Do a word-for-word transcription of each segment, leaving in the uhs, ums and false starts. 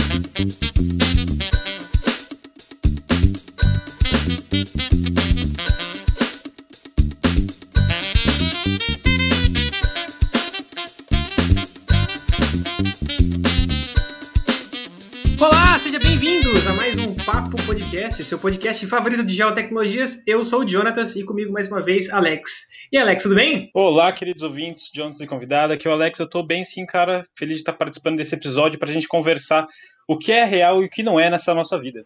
Olá, sejam bem-vindos a mais um Papo Podcast, seu podcast favorito de geotecnologias. Eu sou o Jonatas e comigo mais uma vez, Alex. E Alex, tudo bem? Olá, queridos ouvintes, Jonatas e convidado. Aqui é o Alex, eu tô bem sim, cara. Feliz de estar participando desse episódio pra gente conversar o que é real e o que não é nessa nossa vida.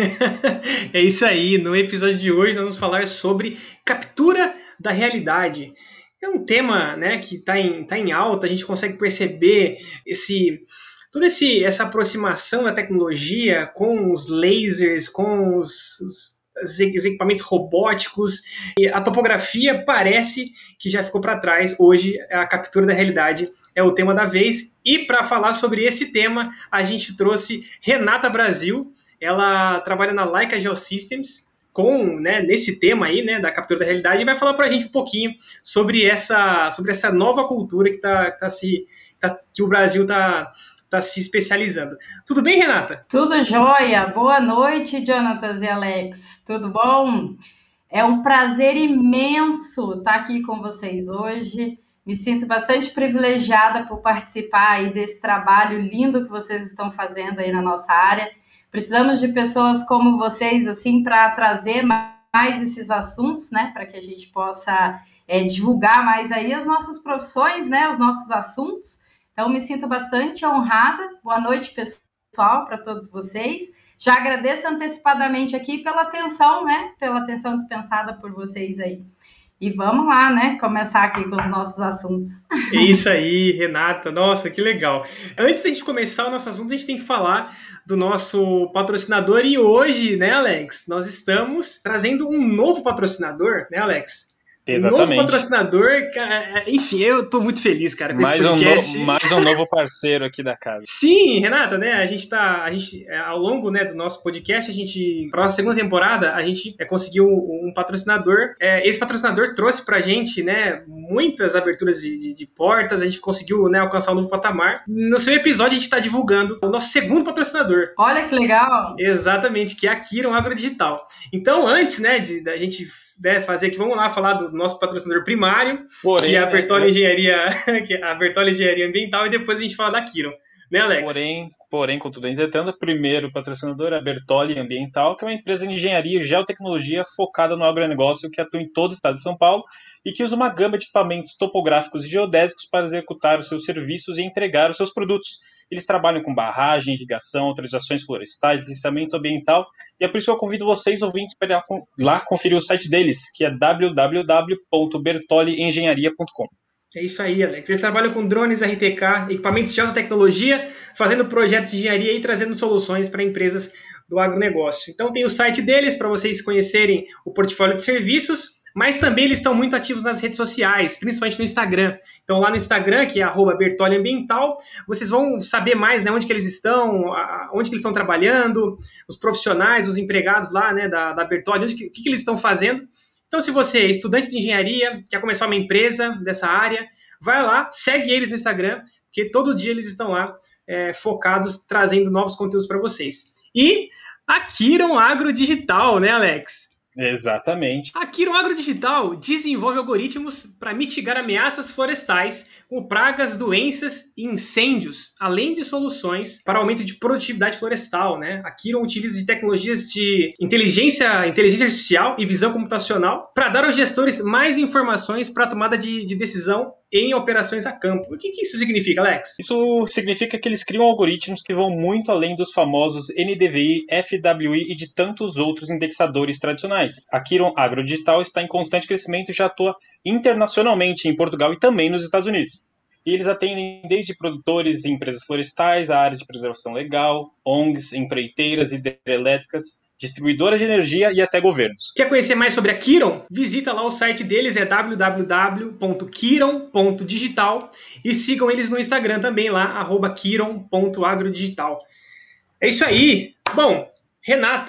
É isso aí, no episódio de hoje nós vamos falar sobre captura da realidade. É um tema, né, que está em, tá em alta, a gente consegue perceber esse... toda esse, essa aproximação da tecnologia com os lasers, com os, os, os equipamentos robóticos, e a topografia parece que já ficou para trás. Hoje, a captura da realidade é o tema da vez. E para falar sobre esse tema, a gente trouxe Renata Brasil. Ela trabalha na Leica Geosystems, com, né, nesse tema aí, né, da captura da realidade, e vai falar para a gente um pouquinho sobre essa, sobre essa nova cultura que, tá, tá se, tá, que o Brasil está... está se especializando. Tudo bem, Renata? Tudo jóia. Boa noite, Jonatas e Alex. Tudo bom? É um prazer imenso estar aqui com vocês hoje. Me sinto bastante privilegiada por participar aí desse trabalho lindo que vocês estão fazendo aí na nossa área. Precisamos de pessoas como vocês, assim, para trazer mais esses assuntos, né? Para que a gente possa é, divulgar mais aí as nossas profissões, né? Os nossos assuntos. Então, me sinto bastante honrada. Boa noite, pessoal, para todos vocês. Já agradeço antecipadamente aqui pela atenção, né? Pela atenção dispensada por vocês aí. E vamos lá, né? Começar aqui com os nossos assuntos. É isso aí, Renata. Nossa, que legal. Antes da gente começar o nosso assunto, a gente tem que falar do nosso patrocinador. E hoje, né, Alex? Nós estamos trazendo um novo patrocinador, né, Alex? Exatamente. Um novo patrocinador, enfim, eu tô muito feliz, cara, com mais esse podcast. Um no, mais um novo parceiro aqui da casa. Sim, Renata, né, a gente tá, a gente, ao longo, né, do nosso podcast, a gente, para nossa segunda temporada, a gente é, conseguiu um patrocinador. É, esse patrocinador trouxe pra gente, né, muitas aberturas de, de, de portas, a gente conseguiu, né, alcançar um novo patamar. No seu episódio, a gente tá divulgando o nosso segundo patrocinador. Olha que legal! Exatamente, que é a Kiron Agrodigital. Então, antes, né, de da gente... Né, fazer aqui, vamos lá falar do nosso patrocinador primário, Porém, que é a Bertoli, né, Engenharia, que é a Bertoli Engenharia Ambiental, e depois a gente fala da Kiron, né, Alex? Porém, porém, contudo, entretanto, primeiro o patrocinador é a Bertoli Ambiental, que é uma empresa de engenharia e geotecnologia focada no agronegócio que atua em todo o estado de São Paulo e que usa uma gama de equipamentos topográficos e geodésicos para executar os seus serviços e entregar os seus produtos. Eles trabalham com barragem, irrigação, autorizações florestais, licenciamento ambiental, e é por isso que eu convido vocês, ouvintes, para ir lá conferir o site deles, que é w w w ponto bertoli engenharia ponto com. É isso aí, Alex. Eles trabalham com drones R T K, equipamentos de geotecnologia, fazendo projetos de engenharia e trazendo soluções para empresas do agronegócio. Então tem o site deles para vocês conhecerem o portfólio de serviços, mas também eles estão muito ativos nas redes sociais, principalmente no Instagram. Então lá no Instagram, que é arroba Bertoli Ambiental, vocês vão saber mais, né, onde que eles estão, onde que eles estão trabalhando, os profissionais, os empregados lá, né, da, da Bertoli, onde que, o que, que eles estão fazendo. Então se você é estudante de engenharia, quer começar uma empresa dessa área, vai lá, segue eles no Instagram, porque todo dia eles estão lá é, focados, trazendo novos conteúdos para vocês. E a Kiron Agrodigital, né, Alex? Exatamente. A Kiron Agrodigital desenvolve algoritmos para mitigar ameaças florestais como pragas, doenças e incêndios, além de soluções para aumento de produtividade florestal, né? A Kiron utiliza de tecnologias de inteligência, inteligência artificial e visão computacional para dar aos gestores mais informações para a tomada de, de decisão em operações a campo. O que, que isso significa, Alex? Isso significa que eles criam algoritmos que vão muito além dos famosos N D V I, F W I e de tantos outros indexadores tradicionais. A Kiron Agrodigital está em constante crescimento e já atua internacionalmente em Portugal e também nos Estados Unidos. E eles atendem desde produtores e empresas florestais, a áreas de preservação legal, O N Gs, empreiteiras, hidrelétricas, distribuidoras de energia e até governos. Quer conhecer mais sobre a Kiron? Visita lá o site deles, é w w w ponto kiron ponto digital, e sigam eles no Instagram também lá, arroba kiron ponto agrodigital. É isso aí. Bom, Renata,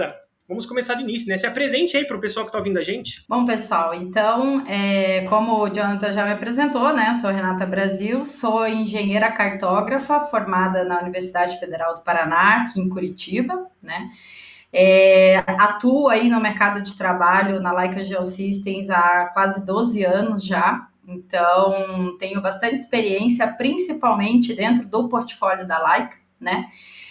vamos começar do início, né? Se apresente aí para o pessoal que está ouvindo a gente. Bom, pessoal, então, é, como o Jonathan já me apresentou, né? Sou Renata Brasil, sou engenheira cartógrafa formada na Universidade Federal do Paraná, aqui em Curitiba, né? É, atuo aí no mercado de trabalho na Leica Geosystems há quase doze anos já, então tenho bastante experiência, principalmente dentro do portfólio da Leica, né?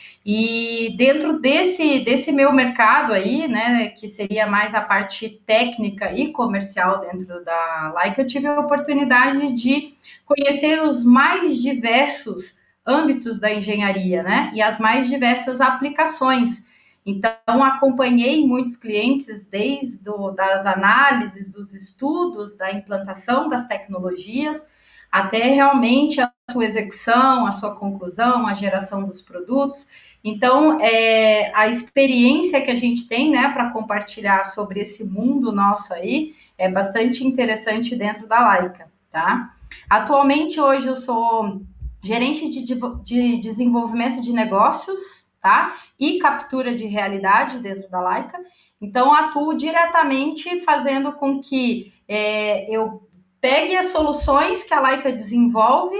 E dentro desse, desse meu mercado aí, né, que seria mais a parte técnica e comercial dentro da Leica, eu tive a oportunidade de conhecer os mais diversos âmbitos da engenharia, né, e as mais diversas aplicações. Então, acompanhei muitos clientes desde do, das análises, dos estudos, da implantação das tecnologias, até realmente a sua execução, a sua conclusão, a geração dos produtos. Então, é, a experiência que a gente tem, né, para compartilhar sobre esse mundo nosso aí é bastante interessante dentro da Leica, tá? Atualmente, hoje, eu sou gerente de, de desenvolvimento de negócios, tá? E captura de realidade dentro da Leica. Então, atuo diretamente fazendo com que é, eu pegue as soluções que a Leica desenvolve,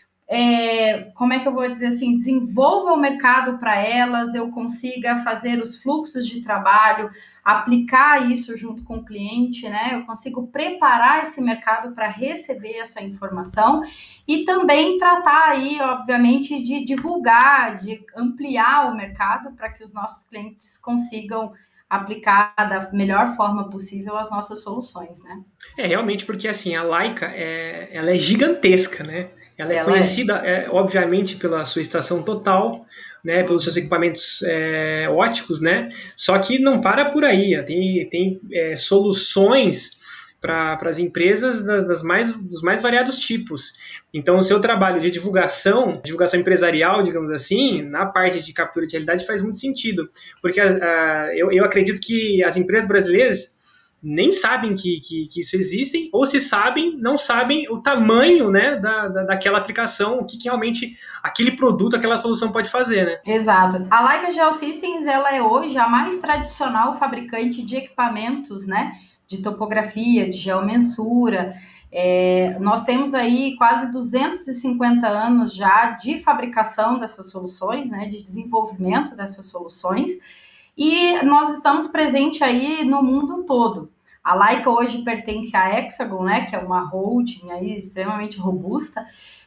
é, como é que eu vou dizer assim, desenvolva o mercado para elas, eu consiga fazer os fluxos de trabalho, aplicar isso junto com o cliente, né? Eu consigo preparar esse mercado para receber essa informação e também tratar aí, obviamente, de divulgar, de ampliar o mercado para que os nossos clientes consigam aplicar da melhor forma possível as nossas soluções, né? É, realmente, porque assim, a Leica, é, ela é gigantesca, né? Ela é ela conhecida, é. É, obviamente, pela sua estação total, né, pelos seus equipamentos é, óticos, né? Só que não para por aí. Tem, tem é, soluções para as empresas das, das mais, dos mais variados tipos. Então, o seu trabalho de divulgação, divulgação empresarial, digamos assim, na parte de captura de realidade faz muito sentido. Porque a, a, eu, eu acredito que as empresas brasileiras nem sabem que, que, que isso existe, ou se sabem, não sabem o tamanho, né, da, da, daquela aplicação, o que, que realmente aquele produto, aquela solução pode fazer, né? Exato. A Leica Geosystems, ela é hoje a mais tradicional fabricante de equipamentos, né, de topografia, de geomensura. É, nós temos aí quase duzentos e cinquenta anos já de fabricação dessas soluções, né, de desenvolvimento dessas soluções, e nós estamos presentes aí no mundo todo. A Leica hoje pertence à Hexagon, né, que é uma holding aí extremamente robusta,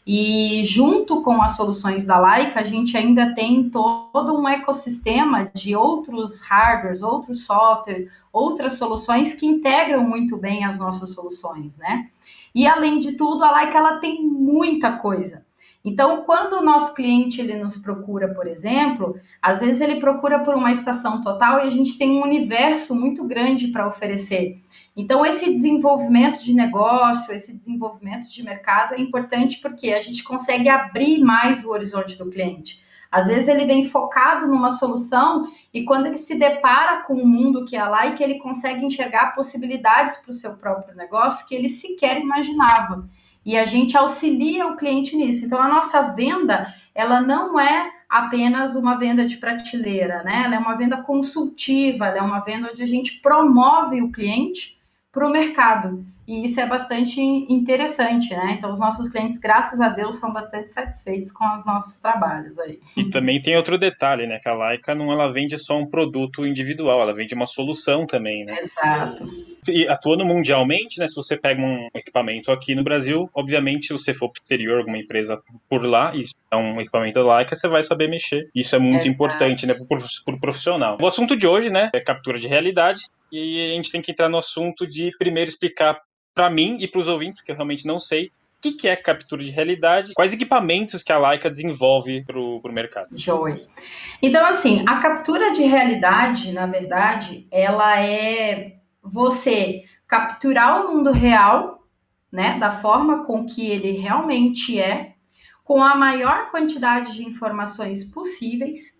e junto com as soluções da Leica, a gente ainda tem todo um ecossistema de outros hardwares, outros softwares, outras soluções que integram muito bem as nossas soluções, né? E além de tudo, a Leica ela tem muita coisa. Então, quando o nosso cliente ele nos procura, por exemplo, às vezes ele procura por uma estação total e a gente tem um universo muito grande para oferecer. Então, esse desenvolvimento de negócio, esse desenvolvimento de mercado é importante porque a gente consegue abrir mais o horizonte do cliente. Às vezes ele vem focado numa solução e quando ele se depara com o mundo que é lá e que ele consegue enxergar possibilidades para o seu próprio negócio que ele sequer imaginava. E a gente auxilia o cliente nisso. Então, a nossa venda, ela não é apenas uma venda de prateleira, né? Ela é uma venda consultiva, ela é uma venda onde a gente promove o cliente para o mercado. E isso é bastante interessante, né? Então, os nossos clientes, graças a Deus, são bastante satisfeitos com os nossos trabalhos aí. E também tem outro detalhe, né? Que a Leica não ela vende só um produto individual, ela vende uma solução também, né? Exato. E atuando mundialmente, né? Se você pega um equipamento aqui no Brasil, obviamente, se você for para o exterior, alguma empresa por lá, e é um equipamento da Leica, você vai saber mexer. Isso é muito Exato. importante, né? Para o profissional. O assunto de hoje, né? É captura de realidade. E a gente tem que entrar no assunto de primeiro explicar para mim e para os ouvintes, que eu realmente não sei, o que, que é captura de realidade, quais equipamentos que a Leica desenvolve para o mercado. Joia. Então, assim, a captura de realidade, na verdade, ela é você capturar o mundo real, né, da forma com que ele realmente é, com a maior quantidade de informações possíveis,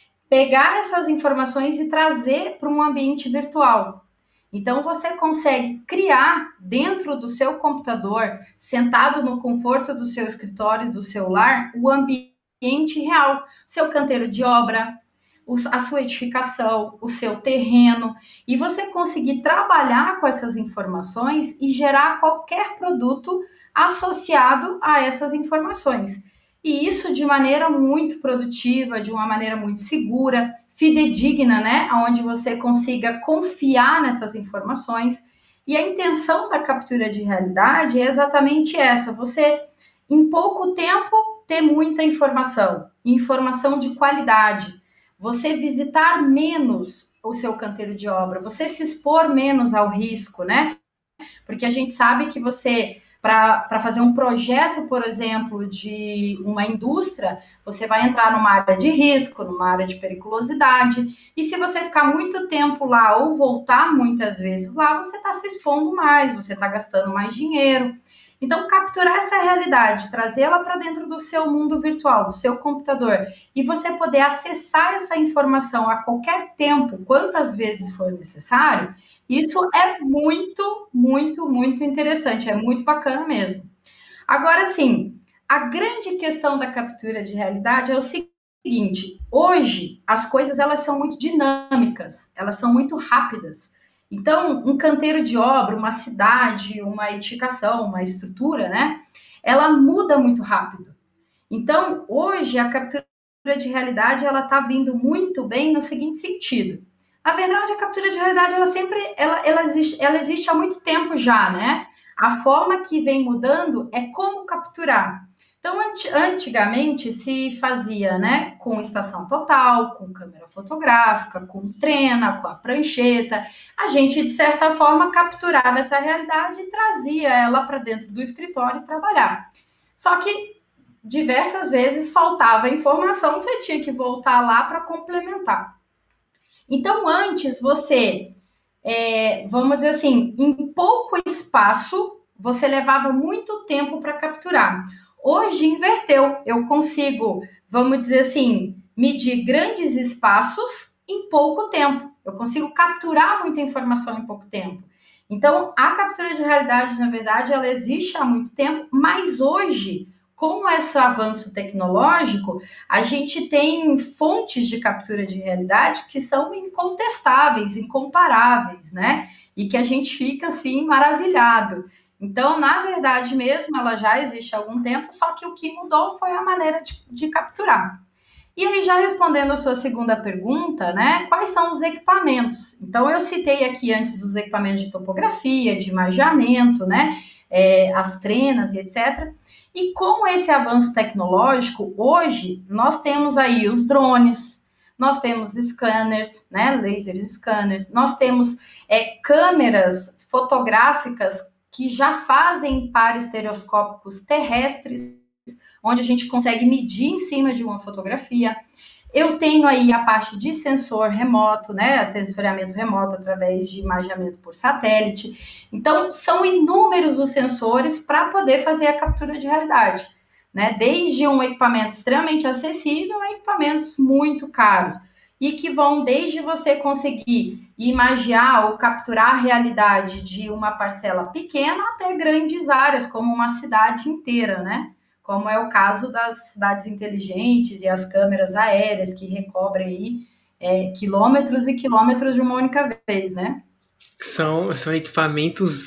pegar essas informações e trazer para um ambiente virtual. Então, você consegue criar dentro do seu computador, sentado no conforto do seu escritório e do seu lar, o ambiente real. Seu canteiro de obra, a sua edificação, o seu terreno, e você conseguir trabalhar com essas informações e gerar qualquer produto associado a essas informações. E isso de maneira muito produtiva, de uma maneira muito segura, fidedigna, né? Onde você consiga confiar nessas informações. E a intenção da captura de realidade é exatamente essa: você, em pouco tempo, ter muita informação, informação de qualidade, você visitar menos o seu canteiro de obra, você se expor menos ao risco, né? Porque a gente sabe que você, para fazer um projeto, por exemplo, de uma indústria, você vai entrar numa área de risco, numa área de periculosidade, e se você ficar muito tempo lá ou voltar muitas vezes lá, você está se expondo mais, você está gastando mais dinheiro. Então, capturar essa realidade, trazê-la para dentro do seu mundo virtual, do seu computador, e você poder acessar essa informação a qualquer tempo, quantas vezes for necessário, isso é muito, muito, muito interessante, é muito bacana mesmo. Agora, sim, a grande questão da captura de realidade é o seguinte: hoje as coisas elas são muito dinâmicas, elas são muito rápidas. Então, um canteiro de obra, uma cidade, uma edificação, uma estrutura, né? Ela muda muito rápido. Então, hoje, a captura de realidade, ela está vindo muito bem no seguinte sentido. Na verdade, a captura de realidade, ela sempre, ela, ela, existe, ela existe há muito tempo já, né? A forma que vem mudando é como capturar. Então, antigamente se fazia, né, com estação total, com câmera fotográfica, com trena, com a prancheta. A gente, de certa forma, capturava essa realidade e trazia ela para dentro do escritório e trabalhar. Só que diversas vezes faltava informação, você tinha que voltar lá para complementar. Então, antes você, é, vamos dizer assim, em pouco espaço, você levava muito tempo para capturar. Hoje inverteu, eu consigo, vamos dizer assim, medir grandes espaços em pouco tempo. Eu consigo capturar muita informação em pouco tempo. Então, a captura de realidade, na verdade, ela existe há muito tempo, mas hoje, com esse avanço tecnológico, a gente tem fontes de captura de realidade que são incontestáveis, incomparáveis, né? E que a gente fica, assim, maravilhado. Então, na verdade mesmo, ela já existe há algum tempo, só que o que mudou foi a maneira de, de capturar. E aí, já respondendo a sua segunda pergunta, né, quais são os equipamentos? Então, eu citei aqui antes os equipamentos de topografia, de imageamento, né, é, as trenas e etcétera. E com esse avanço tecnológico, hoje, nós temos aí os drones, nós temos scanners, né, laser scanners, nós temos é, câmeras fotográficas que já fazem pares estereoscópicos terrestres, onde a gente consegue medir em cima de uma fotografia. Eu tenho aí a parte de sensor remoto, né, sensoriamento remoto através de imageamento por satélite. Então, são inúmeros os sensores para poder fazer a captura de realidade, né, desde um equipamento extremamente acessível a equipamentos muito caros, e que vão desde você conseguir imaginar ou capturar a realidade de uma parcela pequena até grandes áreas, como uma cidade inteira, né? Como é o caso das cidades inteligentes e as câmeras aéreas que recobrem aí, é, quilômetros e quilômetros de uma única vez, né? São, são equipamentos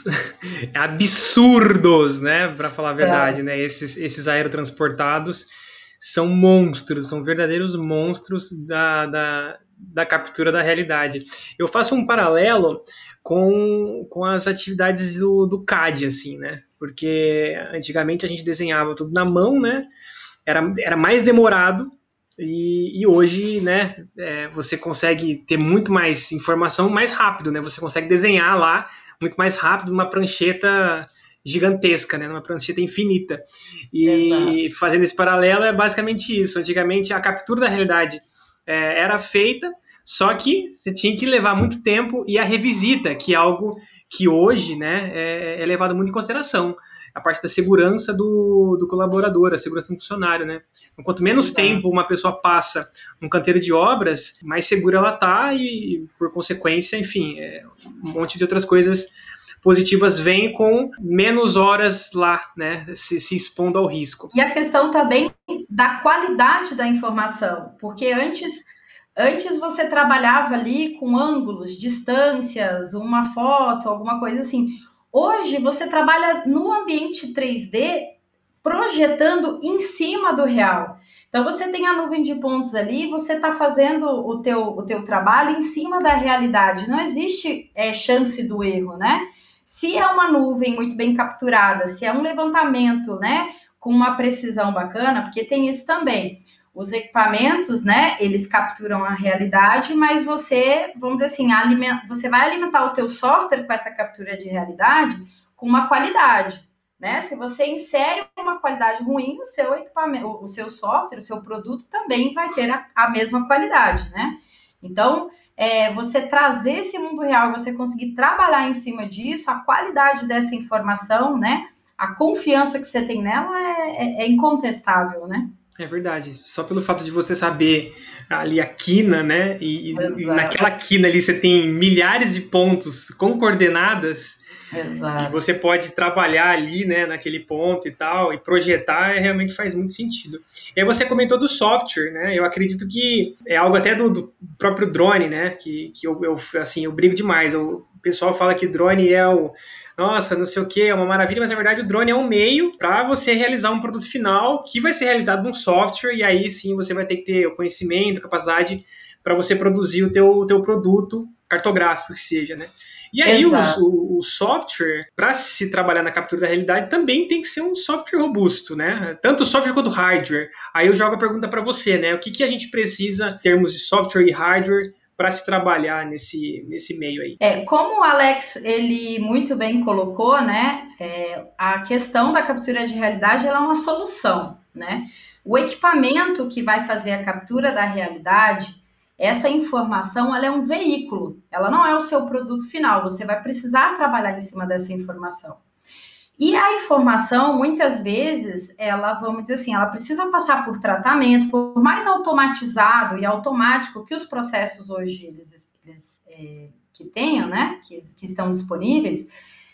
absurdos, né? Para falar a verdade, é. né? Esses, esses aerotransportados são monstros, são verdadeiros monstros da, da, da captura da realidade. Eu faço um paralelo com, com as atividades do, do C A D, assim, né? Porque antigamente a gente desenhava tudo na mão, né? Era, era mais demorado, e, e hoje, né, é, você consegue ter muito mais informação mais rápido, né? Você consegue desenhar lá muito mais rápido numa prancheta gigantesca, né, numa prancheta infinita. E Exato. Fazendo esse paralelo é basicamente isso. Antigamente a captura da realidade é, era feita, só que você tinha que levar muito tempo, e a revisita, que é algo que hoje, né, é, é levado muito em consideração. A parte da segurança do, do colaborador, a segurança do funcionário, né? Então, quanto menos Exato. tempo uma pessoa passa num canteiro de obras, mais segura ela está e, por consequência, enfim, é, um monte de outras coisas positivas vêm com menos horas lá, né, se, se expondo ao risco. E a questão também da qualidade da informação, porque antes, Antes você trabalhava ali com ângulos, distâncias, uma foto, alguma coisa assim. Hoje você trabalha no ambiente três D projetando em cima do real. Então você tem a nuvem de pontos ali, você está fazendo o teu, o teu trabalho em cima da realidade. Não existe é, chance do erro, né? Se é uma nuvem muito bem capturada, se é um levantamento, né, com uma precisão bacana, porque tem isso também. Os equipamentos, né, eles capturam a realidade, mas você, vamos dizer assim, aliment... você vai alimentar o teu software com essa captura de realidade com uma qualidade, né? Se você insere uma qualidade ruim, o seu equipamento, o seu software, o seu produto também vai ter a, a mesma qualidade, né? Então, é, você trazer esse mundo real, você conseguir trabalhar em cima disso, a qualidade dessa informação, né? A confiança que você tem nela é, é, é incontestável, né? É verdade. Só pelo fato de você saber ali a quina, né? E, e naquela quina ali você tem milhares de pontos com coordenadas. Exato. E você pode trabalhar ali, né, naquele ponto e tal, e projetar, realmente faz muito sentido. E aí você comentou do software, né? Eu acredito que é algo até do, do próprio drone, né? Que, que eu, eu, assim, eu brigo demais. O pessoal fala que drone é o... Nossa, não sei o que, é uma maravilha, mas na verdade o drone é um meio para você realizar um produto final que vai ser realizado num software, e aí sim você vai ter que ter o conhecimento, a capacidade para você produzir o teu, o teu produto cartográfico, que seja, né? E aí o, o, o software, para se trabalhar na captura da realidade, também tem que ser um software robusto, né? Tanto software quanto hardware. Aí eu jogo a pergunta para você, né? O que, que a gente precisa em termos de software e hardware para se trabalhar nesse, nesse meio aí? É, como o Alex, ele muito bem colocou, né, é, a questão da captura de realidade, ela é uma solução, né? O equipamento que vai fazer a captura da realidade, essa informação, ela é um veículo, ela não é o seu produto final, você vai precisar trabalhar em cima dessa informação. E a informação, muitas vezes, ela, vamos dizer assim, ela precisa passar por tratamento, por mais automatizado e automático que os processos hoje eles, eles é, que tenham, né, que, que estão disponíveis.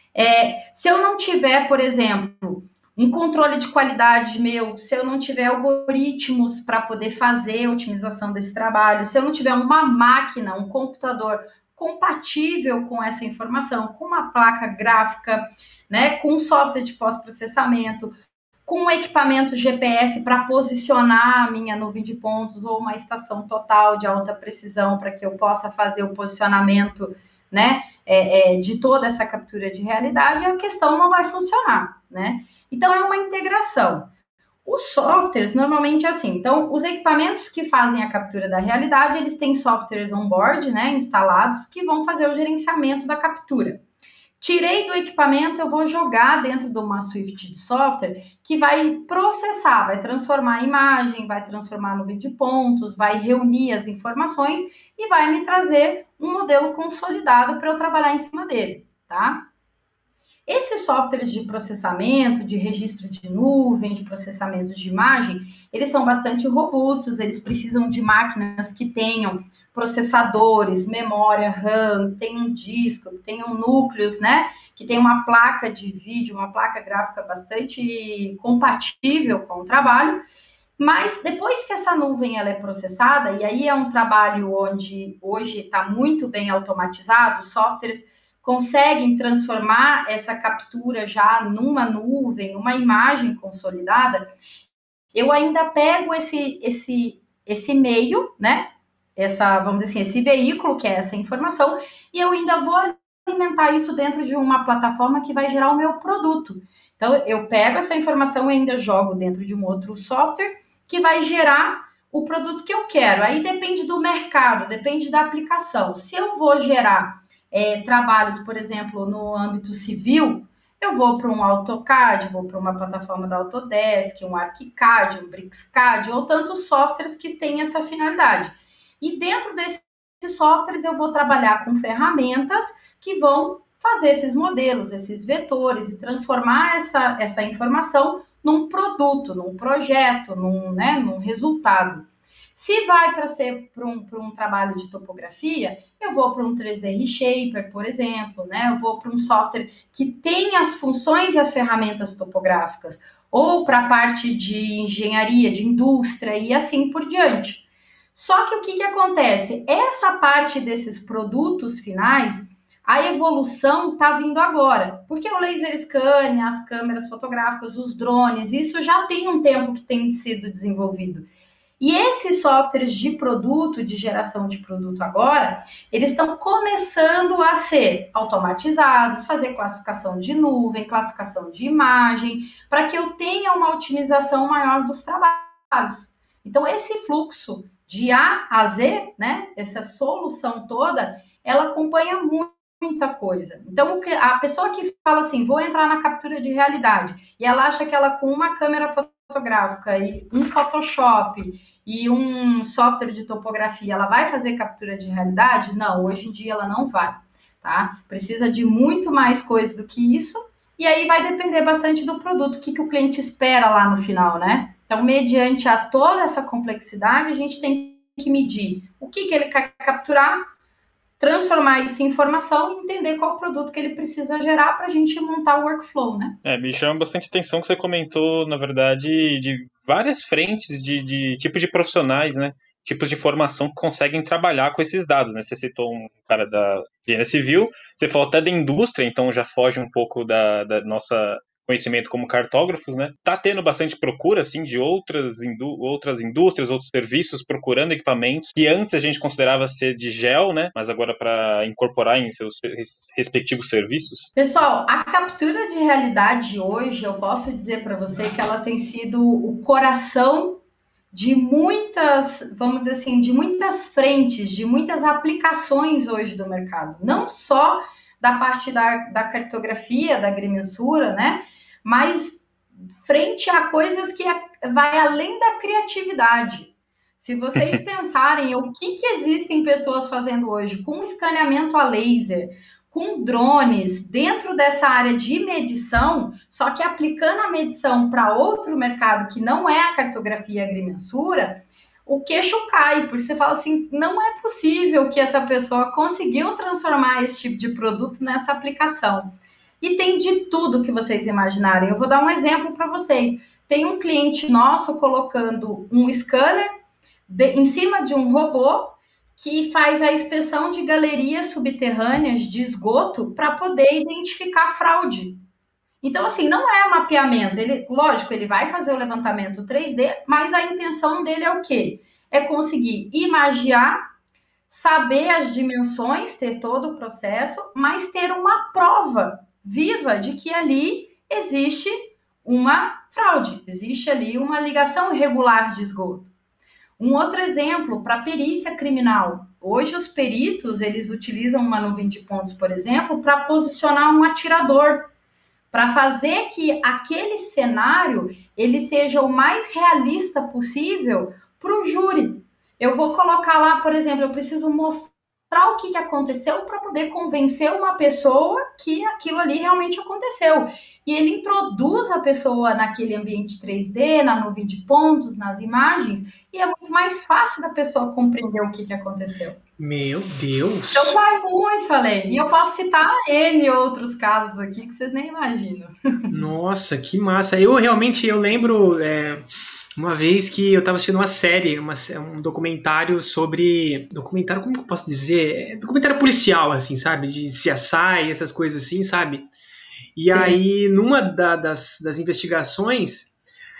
É, se eu não tiver, por exemplo, um controle de qualidade meu, se eu não tiver algoritmos para poder fazer a otimização desse trabalho, se eu não tiver uma máquina, um computador compatível com essa informação, com uma placa gráfica, né, com software de pós-processamento, com um equipamento G P S para posicionar a minha nuvem de pontos ou uma estação total de alta precisão para que eu possa fazer o posicionamento, né, é, é, de toda essa captura de realidade, a questão não vai funcionar, né? Então, é uma integração. Os softwares, normalmente, é assim. Então, os equipamentos que fazem a captura da realidade, eles têm softwares on-board, né, instalados, que vão fazer o gerenciamento da captura. Tirei do equipamento, eu vou jogar dentro de uma suite de software que vai processar, vai transformar a imagem, vai transformar a nuvem de pontos, vai reunir as informações e vai me trazer um modelo consolidado para eu trabalhar em cima dele, tá? Esses softwares de processamento, de registro de nuvem, de processamento de imagem, eles são bastante robustos, eles precisam de máquinas que tenham processadores, memória RAM, tenham disco, tenham núcleos, né? Que tem uma placa de vídeo, uma placa gráfica bastante compatível com o trabalho. Mas depois que essa nuvem ela é processada, e aí é um trabalho onde hoje está muito bem automatizado, os softwares conseguem transformar essa captura já numa nuvem, uma imagem consolidada, eu ainda pego esse, esse, esse meio, né? Essa, vamos dizer assim, esse veículo que é essa informação, e eu ainda vou alimentar isso dentro de uma plataforma que vai gerar o meu produto. Então, eu pego essa informação e ainda jogo dentro de um outro software que vai gerar o produto que eu quero. Aí depende do mercado, depende da aplicação. Se eu vou gerar é, trabalhos, por exemplo, no âmbito civil, eu vou para um AutoCAD, vou para uma plataforma da Autodesk, um ArchiCAD, um BricsCAD, ou tantos softwares que têm essa finalidade. E dentro desses softwares eu vou trabalhar com ferramentas que vão fazer esses modelos, esses vetores e transformar essa, essa informação num produto, num projeto, num, né, num resultado. Se vai para ser para um, para um trabalho de topografia, eu vou para um três D Reshaper, por exemplo, né? Eu vou para um software que tem as funções e as ferramentas topográficas, ou para a parte de engenharia, de indústria e assim por diante. Só que o que, que acontece? Essa parte desses produtos finais, a evolução está vindo agora, porque o laser scan, as câmeras fotográficas, os drones, isso já tem um tempo que tem sido desenvolvido. E esses softwares de produto, de geração de produto agora, eles estão começando a ser automatizados, fazer classificação de nuvem, classificação de imagem, para que eu tenha uma otimização maior dos trabalhos. Então, esse fluxo de A a Z, né, essa solução toda, ela acompanha muito. Muita coisa. Então, a pessoa que fala assim, vou entrar na captura de realidade, e ela acha que ela com uma câmera fotográfica e um Photoshop e um software de topografia, ela vai fazer captura de realidade? Não, hoje em dia ela não vai, tá? Precisa de muito mais coisa do que isso, e aí vai depender bastante do produto, o que, que o cliente espera lá no final, né? Então, mediante a toda essa complexidade, a gente tem que medir o que, que ele quer capturar, transformar isso em informação e entender qual produto que ele precisa gerar para a gente montar o workflow, né? É, me chama bastante atenção que você comentou, na verdade, de várias frentes de, de tipos de profissionais, né? Tipos de formação que conseguem trabalhar com esses dados, né? Você citou um cara da engenharia civil, você falou até da indústria, então já foge um pouco da, da nossa conhecimento como cartógrafos, né? Tá tendo bastante procura, assim, de outras, indú- outras indústrias, outros serviços procurando equipamentos que antes a gente considerava ser de gel, né? Mas agora para incorporar em seus res- respectivos serviços. Pessoal, a captura de realidade hoje, eu posso dizer para você que ela tem sido o coração de muitas, vamos dizer assim, de muitas frentes, de muitas aplicações hoje do mercado. Não só da parte da, da cartografia, da agrimensura, né? Mas frente a coisas que vai além da criatividade. Se vocês pensarem o que, que existem pessoas fazendo hoje com escaneamento a laser, com drones, dentro dessa área de medição, só que aplicando a medição para outro mercado que não é a cartografia e a agrimensura, o queixo cai, porque você fala assim, não é possível que essa pessoa conseguiu transformar esse tipo de produto nessa aplicação. E tem de tudo que vocês imaginarem. Eu vou dar um exemplo para vocês. Tem um cliente nosso colocando um scanner de, em cima de um robô que faz a inspeção de galerias subterrâneas de esgoto para poder identificar fraude. Então, assim, não é mapeamento. Ele, lógico, ele vai fazer o levantamento três D, mas a intenção dele é o quê? É conseguir imagiar, saber as dimensões, ter todo o processo, mas ter uma prova viva de que ali existe uma fraude, existe ali uma ligação irregular de esgoto. Um outro exemplo para perícia criminal. Hoje os peritos, eles utilizam uma nuvem de pontos, por exemplo, para posicionar um atirador, para fazer que aquele cenário ele seja o mais realista possível para o júri. Eu vou colocar lá, por exemplo, eu preciso mostrar o que, que aconteceu para poder convencer uma pessoa que aquilo ali realmente aconteceu. E ele introduz a pessoa naquele ambiente três D, na nuvem de pontos, nas imagens, e é muito mais fácil da pessoa compreender o que, que aconteceu. Meu Deus! Então vai muito além. E eu posso citar N outros casos aqui que vocês nem imaginam. Nossa, que massa! Eu realmente, eu lembro é, uma vez que eu estava assistindo uma série, uma, um documentário sobre... Documentário, como que eu posso dizer? Documentário policial, assim, sabe? De C S I, essas coisas assim, sabe? E Sim. aí, numa da, das, das investigações,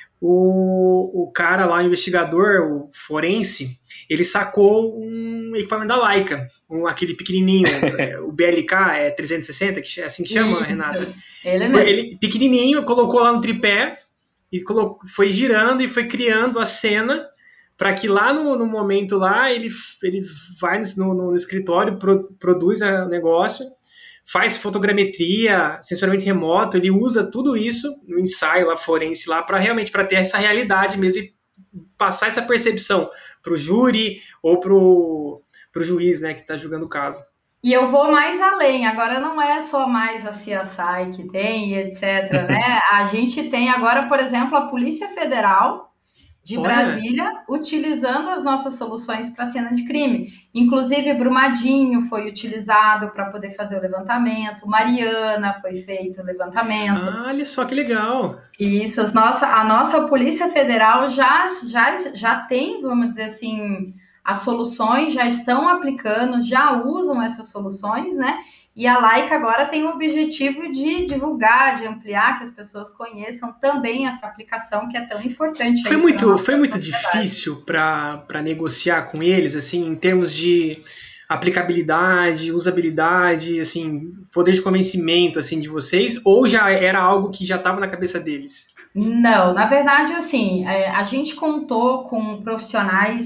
o, o cara lá, o investigador, o forense, ele sacou um equipamento da Leica, um, aquele pequenininho, o B L K é trezentos e sessenta, que é assim que chama, Isso. Renata? Ele mesmo. Ele, pequenininho, colocou lá no tripé e colocou, foi girando e foi criando a cena para que lá no, no momento lá ele, ele vai no, no escritório, pro, produz o negócio, faz fotogrametria, sensoramento remoto, ele usa tudo isso no ensaio lá forense lá para realmente para ter essa realidade mesmo e passar essa percepção para o júri ou para o juiz, né, que está julgando o caso. E eu vou mais além, agora não é só mais a C S I que tem e etcétera, né? A gente tem agora, por exemplo, a Polícia Federal de Olha. Brasília, utilizando as nossas soluções para cena de crime. Inclusive, Brumadinho foi utilizado para poder fazer o levantamento, Mariana foi feito o levantamento. Ah, olha só que legal! Isso, as nossa, a nossa Polícia Federal já, já, já tem, vamos dizer assim, as soluções, já estão aplicando, já usam essas soluções, né? E a Laika agora tem o objetivo de divulgar, de ampliar, que as pessoas conheçam também essa aplicação que é tão importante. Foi muito, foi muito difícil para negociar com eles, assim, em termos de aplicabilidade, usabilidade, assim, poder de convencimento, assim, de vocês, ou já era algo que já estava na cabeça deles? Não, na verdade, assim, a gente contou com profissionais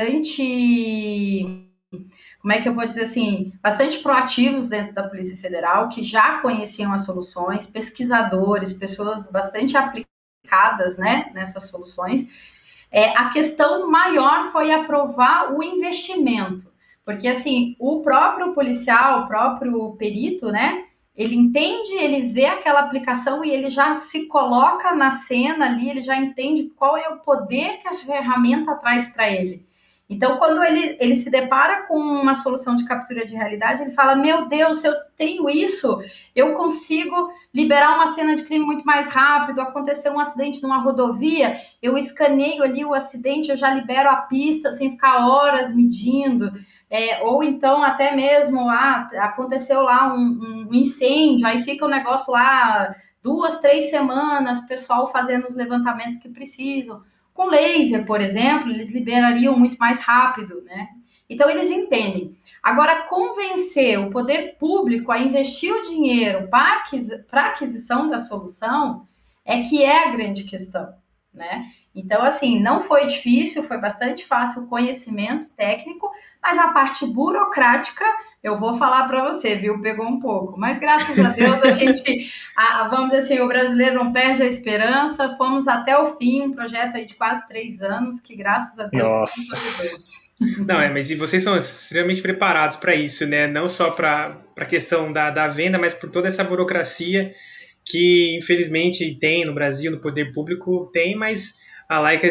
bastante... como é que eu vou dizer assim, bastante proativos dentro da Polícia Federal, que já conheciam as soluções, pesquisadores, pessoas bastante aplicadas, né, nessas soluções. É, a questão maior foi aprovar o investimento, porque assim, o próprio policial, o próprio perito, né, ele entende, ele vê aquela aplicação e ele já se coloca na cena ali, ele já entende qual é o poder que a ferramenta traz para ele. Então, quando ele, ele se depara com uma solução de captura de realidade, ele fala, meu Deus, se eu tenho isso, eu consigo liberar uma cena de crime muito mais rápido, aconteceu um acidente numa rodovia, eu escaneio ali o acidente, eu já libero a pista sem ficar horas medindo, é, ou então até mesmo, ah, aconteceu lá um, um incêndio, aí fica o negócio lá duas, três semanas, o pessoal fazendo os levantamentos que precisam. Com laser, por exemplo, eles liberariam muito mais rápido, né? Então, eles entendem. Agora, convencer o poder público a investir o dinheiro para a aquisição da solução é que é a grande questão, né? Então, assim, não foi difícil, foi bastante fácil o conhecimento técnico, mas a parte burocrática, eu vou falar para você, viu? Pegou um pouco. Mas, graças a Deus, a gente, a, vamos dizer assim, o brasileiro não perde a esperança. Fomos até o fim, um projeto aí de quase três anos, que graças a Deus... Nossa! Não, é, mas e vocês são extremamente preparados para isso, né? Não só para a questão da, da venda, mas por toda essa burocracia que, infelizmente, tem no Brasil, no poder público, tem, mas a Laika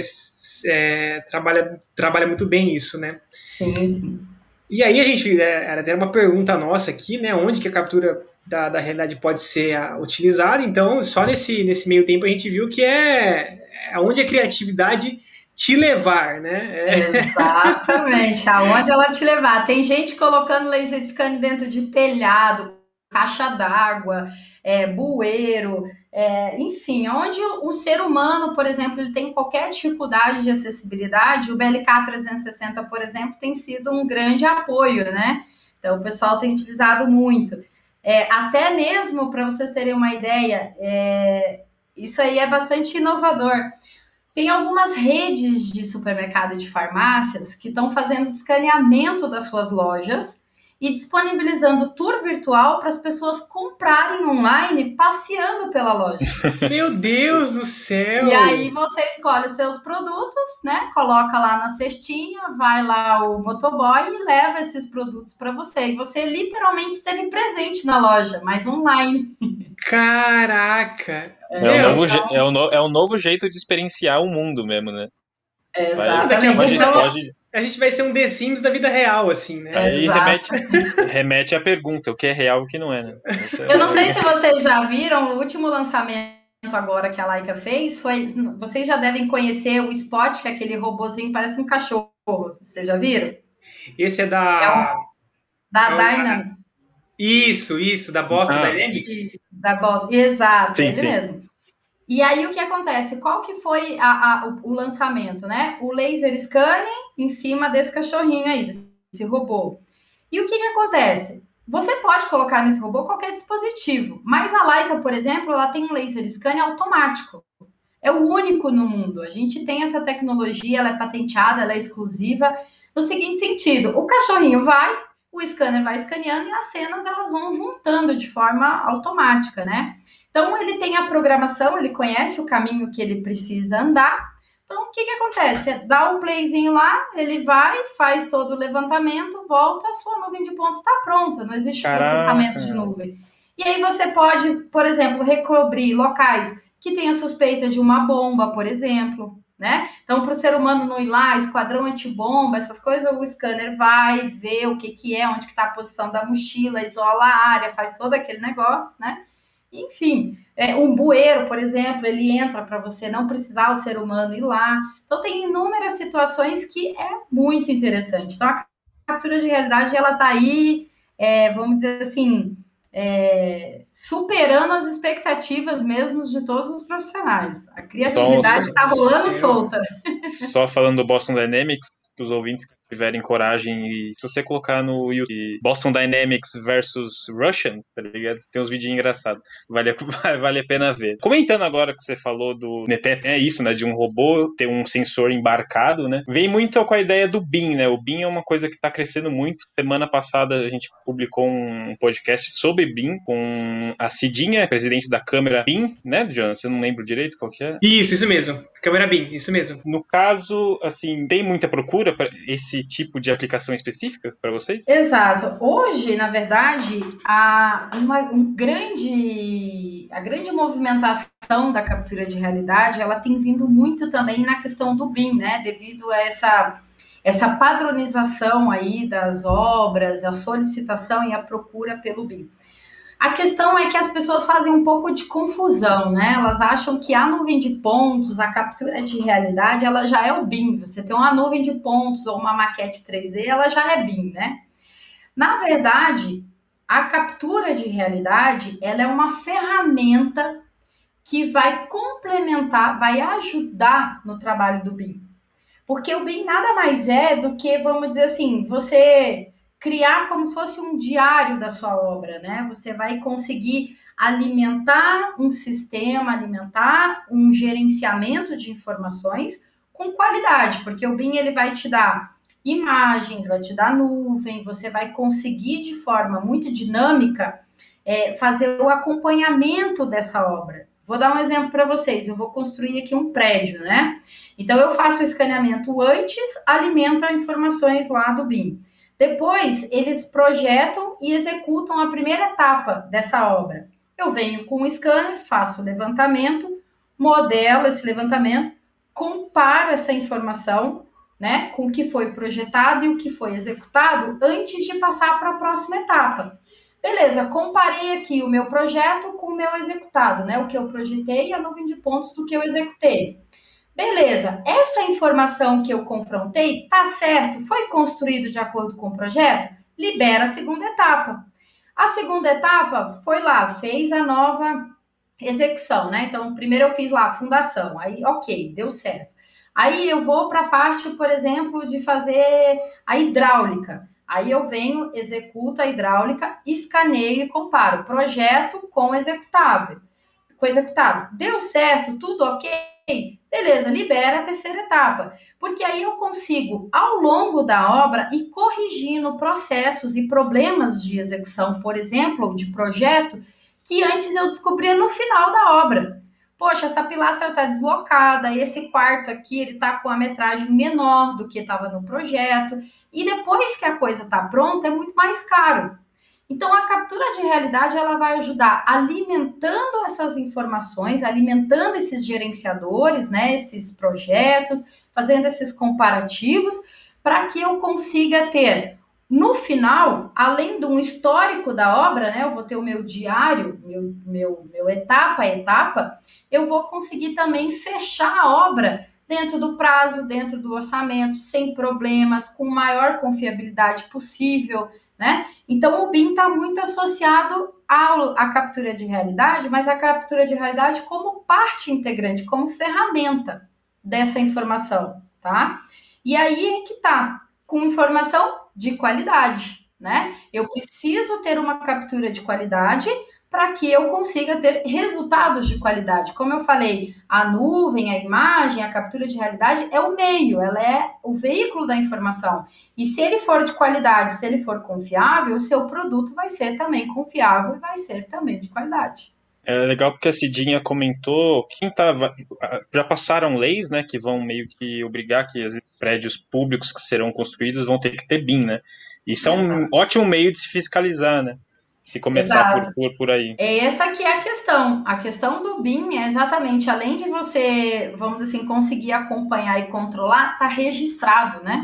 é, trabalha, trabalha muito bem isso, né? Sim, sim. E aí a gente, era até uma pergunta nossa aqui, né, onde que a captura da, da realidade pode ser a, utilizada, então só nesse, nesse meio tempo a gente viu que é, é onde a criatividade te levar, né? É. Exatamente, aonde ela te levar. Tem gente colocando laser scan dentro de telhado, caixa d'água, é, bueiro, é, enfim, onde o ser humano, por exemplo, ele tem qualquer dificuldade de acessibilidade, o B L K trezentos e sessenta, por exemplo, tem sido um grande apoio, né? Então, o pessoal tem utilizado muito. É, até mesmo, para vocês terem uma ideia, é, isso aí é bastante inovador. Tem algumas redes de supermercado e de farmácias que estão fazendo escaneamento das suas lojas e disponibilizando tour virtual para as pessoas comprarem online passeando pela loja. Meu Deus do céu! E aí você escolhe os seus produtos, né? Coloca lá na cestinha, vai lá o motoboy e leva esses produtos para você. E você literalmente esteve presente na loja, mas online. Caraca! É, é, um novo, então... é, um no, é um novo jeito de experienciar o mundo mesmo, né? Exatamente. Daqui a pouco então, pode... a gente vai ser um The Sims da vida real, assim, né? Aí remete, remete à pergunta, o que é real e o que não é, né? É... Eu não sei se vocês já viram o último lançamento agora que a Laika fez, foi, vocês já devem conhecer o Spot, que é aquele robozinho, parece um cachorro. Vocês já viram? Esse é da... É um, da é Dynamics. Isso, isso, da Boston ah, Dynamics. Isso, da Boston, exato, sim, ele sim. mesmo. E aí o que acontece? Qual que foi a, a, o, o lançamento, né? O laser scanning em cima desse cachorrinho aí, desse robô. E o que que acontece? Você pode colocar nesse robô qualquer dispositivo, mas a Laika, por exemplo, ela tem um laser scanning automático. É o único no mundo. A gente tem essa tecnologia, ela é patenteada, ela é exclusiva, no seguinte sentido, o cachorrinho vai, o scanner vai escaneando e as cenas elas vão juntando de forma automática, né? Então, ele tem a programação, ele conhece o caminho que ele precisa andar. Então, o que que acontece? Dá o playzinho lá, ele vai, faz todo o levantamento, volta, a sua nuvem de pontos está pronta, não existe Caraca. processamento de nuvem. E aí você pode, por exemplo, recobrir locais que tenha suspeita de uma bomba, por exemplo, né? Então, para o ser humano não ir lá, esquadrão antibomba, essas coisas, o scanner vai ver o que que é, onde que está a posição da mochila, isola a área, faz todo aquele negócio, né? Enfim, é, um bueiro, por exemplo, ele entra para você não precisar o ser humano ir lá. Então, tem inúmeras situações que é muito interessante. Então, a captura de realidade, ela está aí, é, vamos dizer assim, é, superando as expectativas mesmo de todos os profissionais. A criatividade está rolando solta. Só falando do Boston Dynamics, os ouvintes que tiverem coragem, e se você colocar no YouTube Boston Dynamics versus Russian, tá ligado? Tem uns vídeos engraçados. Vale, vale a pena ver. Comentando agora que você falou do Netet, é isso, né? De um robô ter um sensor embarcado, né? Vem muito com a ideia do B I M, né? O B I M é uma coisa que tá crescendo muito. Semana passada a gente publicou um podcast sobre B I M com a Cidinha, presidente da Câmara B I M, né, Jonas? Eu não lembro direito qual que é. Isso, isso mesmo. Câmara B I M, isso mesmo. No caso, assim, tem muita procura para esse tipo de aplicação específica para vocês? Exato. Hoje, na verdade, há uma um grande, a grande movimentação da captura de realidade, ela tem vindo muito também na questão do B I M, né? Devido a essa, essa padronização aí das obras, a solicitação e a procura pelo B I M. A questão é que as pessoas fazem um pouco de confusão, né? Elas acham que a nuvem de pontos, a captura de realidade, ela já é o B I M. Você tem uma nuvem de pontos ou uma maquete três D, ela já é B I M, né? Na verdade, a captura de realidade, ela é uma ferramenta que vai complementar, vai ajudar no trabalho do B I M. Porque o B I M nada mais é do que, vamos dizer assim, você criar como se fosse um diário da sua obra, né? Você vai conseguir alimentar um sistema, alimentar um gerenciamento de informações com qualidade, porque o B I M ele vai te dar imagem, ele vai te dar nuvem, você vai conseguir de forma muito dinâmica é, fazer o acompanhamento dessa obra. Vou dar um exemplo para vocês, eu vou construir aqui um prédio, né? Então eu faço o escaneamento antes, alimento as informações lá do B I M. Depois, eles projetam e executam a primeira etapa dessa obra. Eu venho com o scanner, faço o levantamento, modelo esse levantamento, comparo essa informação, né, com o que foi projetado e o que foi executado antes de passar para a próxima etapa. Beleza, comparei aqui o meu projeto com o meu executado, né, o que eu projetei e a nuvem de pontos do que eu executei. Beleza, essa informação que eu confrontei tá certo, foi construído de acordo com o projeto? Libera a segunda etapa. A segunda etapa foi lá, fez a nova execução, né? Então, primeiro eu fiz lá a fundação, aí ok, deu certo. Aí eu vou para a parte, por exemplo, de fazer a hidráulica. Aí eu venho, executo a hidráulica, escaneio e comparo projeto com executável. Com executado. Deu certo, tudo ok? Beleza, libera a terceira etapa, porque aí eu consigo, ao longo da obra, ir corrigindo processos e problemas de execução, por exemplo, de projeto, que antes eu descobria no final da obra. Poxa, essa pilastra está deslocada, esse quarto aqui ele está com a metragem menor do que estava no projeto, e depois que a coisa está pronta, é muito mais caro. Então, a captura de realidade, ela vai ajudar alimentando essas informações, alimentando esses gerenciadores, né, esses projetos, fazendo esses comparativos, para que eu consiga ter, no final, além de um histórico da obra, né, eu vou ter o meu diário, meu, meu, meu etapa a etapa, eu vou conseguir também fechar a obra dentro do prazo, dentro do orçamento, sem problemas, com maior confiabilidade possível, né? Então, o B I M está muito associado ao, à captura de realidade, mas a captura de realidade como parte integrante, como ferramenta dessa informação, tá? E aí é que tá, com informação de qualidade, né? Eu preciso ter uma captura de qualidade para que eu consiga ter resultados de qualidade. Como eu falei, a nuvem, a imagem, a captura de realidade é o meio, ela é o veículo da informação. E se ele for de qualidade, se ele for confiável, o seu produto vai ser também confiável e vai ser também de qualidade. É legal porque a Cidinha comentou que tava, já passaram leis, né, que vão meio que obrigar que os prédios públicos que serão construídos vão ter que ter B I M, né? Isso é um Exato. ótimo meio de se fiscalizar, né? Se começar por, por, por aí. Essa que é a questão. A questão do B I M é exatamente, além de você, vamos dizer assim, conseguir acompanhar e controlar, tá registrado, né?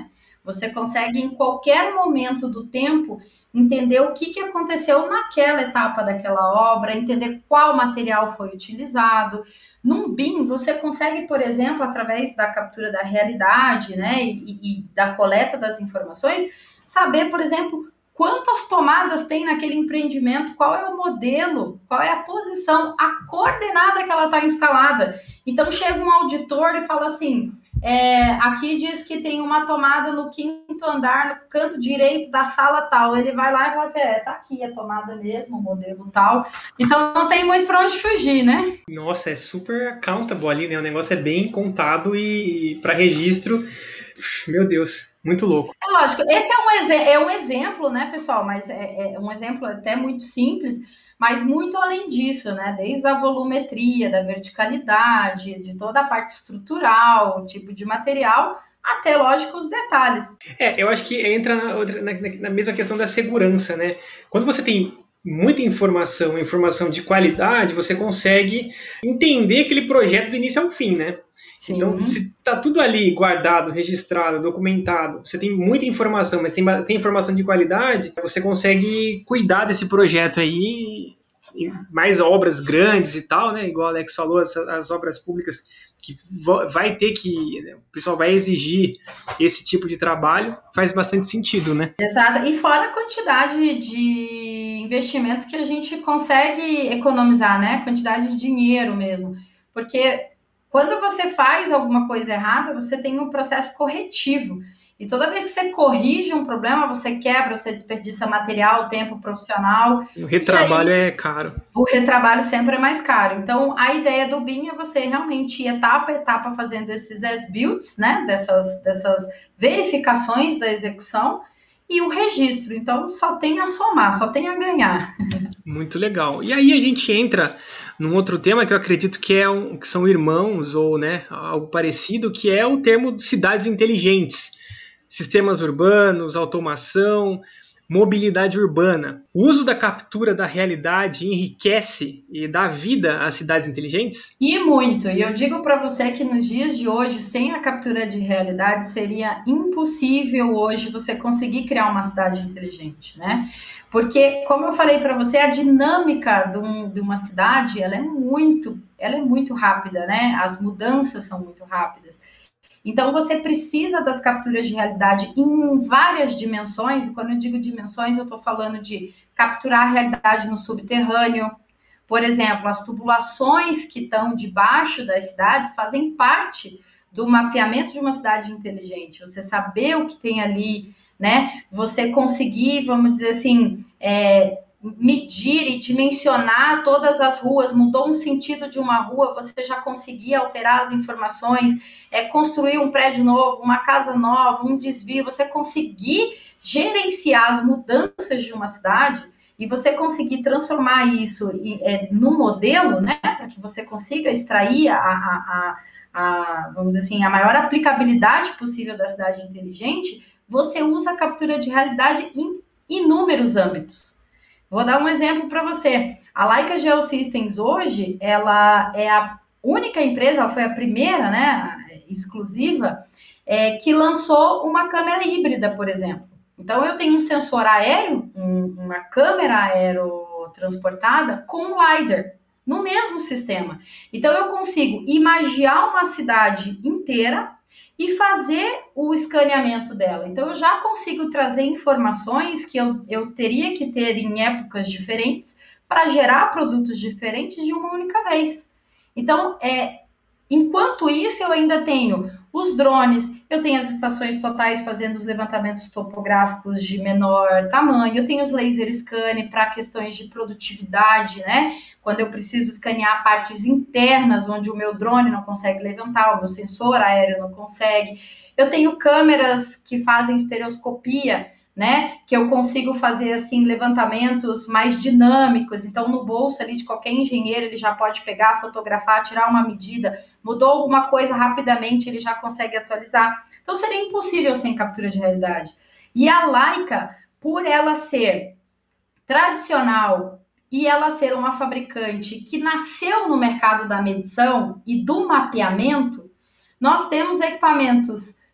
Você consegue, em qualquer momento do tempo, entender o que, que aconteceu naquela etapa daquela obra, entender qual material foi utilizado. Num B I M, você consegue, por exemplo, através da captura da realidade, né, e, e da coleta das informações, saber, por exemplo, quantas tomadas tem naquele empreendimento, qual é o modelo, qual é a posição, a coordenada que ela está instalada. Então, chega um auditor e fala assim, é, aqui diz que tem uma tomada no quinto andar, no canto direito da sala tal. Ele vai lá e fala assim, é, tá aqui a tomada mesmo, o modelo tal. Então, não tem muito para onde fugir, né? Nossa, é super accountable ali, né? O negócio é bem contado e para registro, meu Deus, muito louco. É lógico, esse é um, exe- é um exemplo, né, pessoal? Mas é, é um exemplo até muito simples, mas muito além disso, né? Desde a volumetria, da verticalidade, de toda a parte estrutural, o tipo de material, até, lógico, os detalhes. É, eu acho que entra na, outra- na- na mesma questão da segurança, né? Quando você tem muita informação, informação de qualidade, você consegue entender aquele projeto do início ao fim, né? Sim. Então, se tá tudo ali guardado, registrado, documentado, você tem muita informação, mas tem, tem informação de qualidade, você consegue cuidar desse projeto aí, e mais obras grandes e tal, né? Igual o Alex falou, as, as obras públicas que vai ter que, né, o pessoal vai exigir esse tipo de trabalho, faz bastante sentido, né? Exato. E fora a quantidade de investimento que a gente consegue economizar, né? Quantidade de dinheiro mesmo. Porque quando você faz alguma coisa errada, você tem um processo corretivo. E toda vez que você corrige um problema, você quebra, você desperdiça material, tempo profissional. O retrabalho aí, é caro. O retrabalho sempre é mais caro. Então, a ideia do B I M é você realmente ir etapa a etapa fazendo esses as-builts, né? Dessas, dessas verificações da execução e o registro. Então, só tem a somar, só tem a ganhar. Muito legal. E aí a gente entra num outro tema que eu acredito que, é um, que são irmãos ou, né, algo parecido, que é o termo de cidades inteligentes. Sistemas urbanos, automação, mobilidade urbana. O uso da captura da realidade enriquece e dá vida às cidades inteligentes? E muito. E eu digo para você que nos dias de hoje, sem a captura de realidade, seria impossível hoje você conseguir criar uma cidade inteligente, né? Porque, como eu falei para você, a dinâmica de, um, de uma cidade, ela é muito, ela é muito rápida, né? As mudanças são muito rápidas. Então, você precisa das capturas de realidade em várias dimensões, e quando eu digo dimensões, eu estou falando de capturar a realidade no subterrâneo. Por exemplo, as tubulações que estão debaixo das cidades fazem parte do mapeamento de uma cidade inteligente. Você saber o que tem ali, né? Você conseguir, vamos dizer assim, é, medir e dimensionar todas as ruas, mudou um sentido de uma rua, você já conseguia alterar as informações, é, construir um prédio novo, uma casa nova, um desvio, você conseguir gerenciar as mudanças de uma cidade e você conseguir transformar isso em, é, num modelo, né, para que você consiga extrair a, a, a, a, vamos dizer assim, a maior aplicabilidade possível da cidade inteligente, você usa a captura de realidade em inúmeros âmbitos. Vou dar um exemplo para você. A Leica Geosystems hoje, ela é a única empresa, ela foi a primeira, né, exclusiva, é, que lançou uma câmera híbrida, por exemplo. Então, eu tenho um sensor aéreo, um, uma câmera aerotransportada com um LiDAR no mesmo sistema. Então, eu consigo imaginar uma cidade inteira e fazer o escaneamento dela. Então, eu já consigo trazer informações que eu, eu teria que ter em épocas diferentes para gerar produtos diferentes de uma única vez. Então, é, enquanto isso, eu ainda tenho os drones, eu tenho as estações totais fazendo os levantamentos topográficos de menor tamanho, eu tenho os laser scan para questões de produtividade, né? Quando eu preciso escanear partes internas, onde o meu drone não consegue levantar, o meu sensor aéreo não consegue. Eu tenho câmeras que fazem estereoscopia, né? Que eu consigo fazer, assim, levantamentos mais dinâmicos. Então, no bolso ali de qualquer engenheiro, ele já pode pegar, fotografar, tirar uma medida. Mudou alguma coisa rapidamente, ele já consegue atualizar. Então, seria impossível sem captura de realidade. E a Leica, por ela ser tradicional e ela ser uma fabricante que nasceu no mercado da medição e do mapeamento, nós temos equipamentos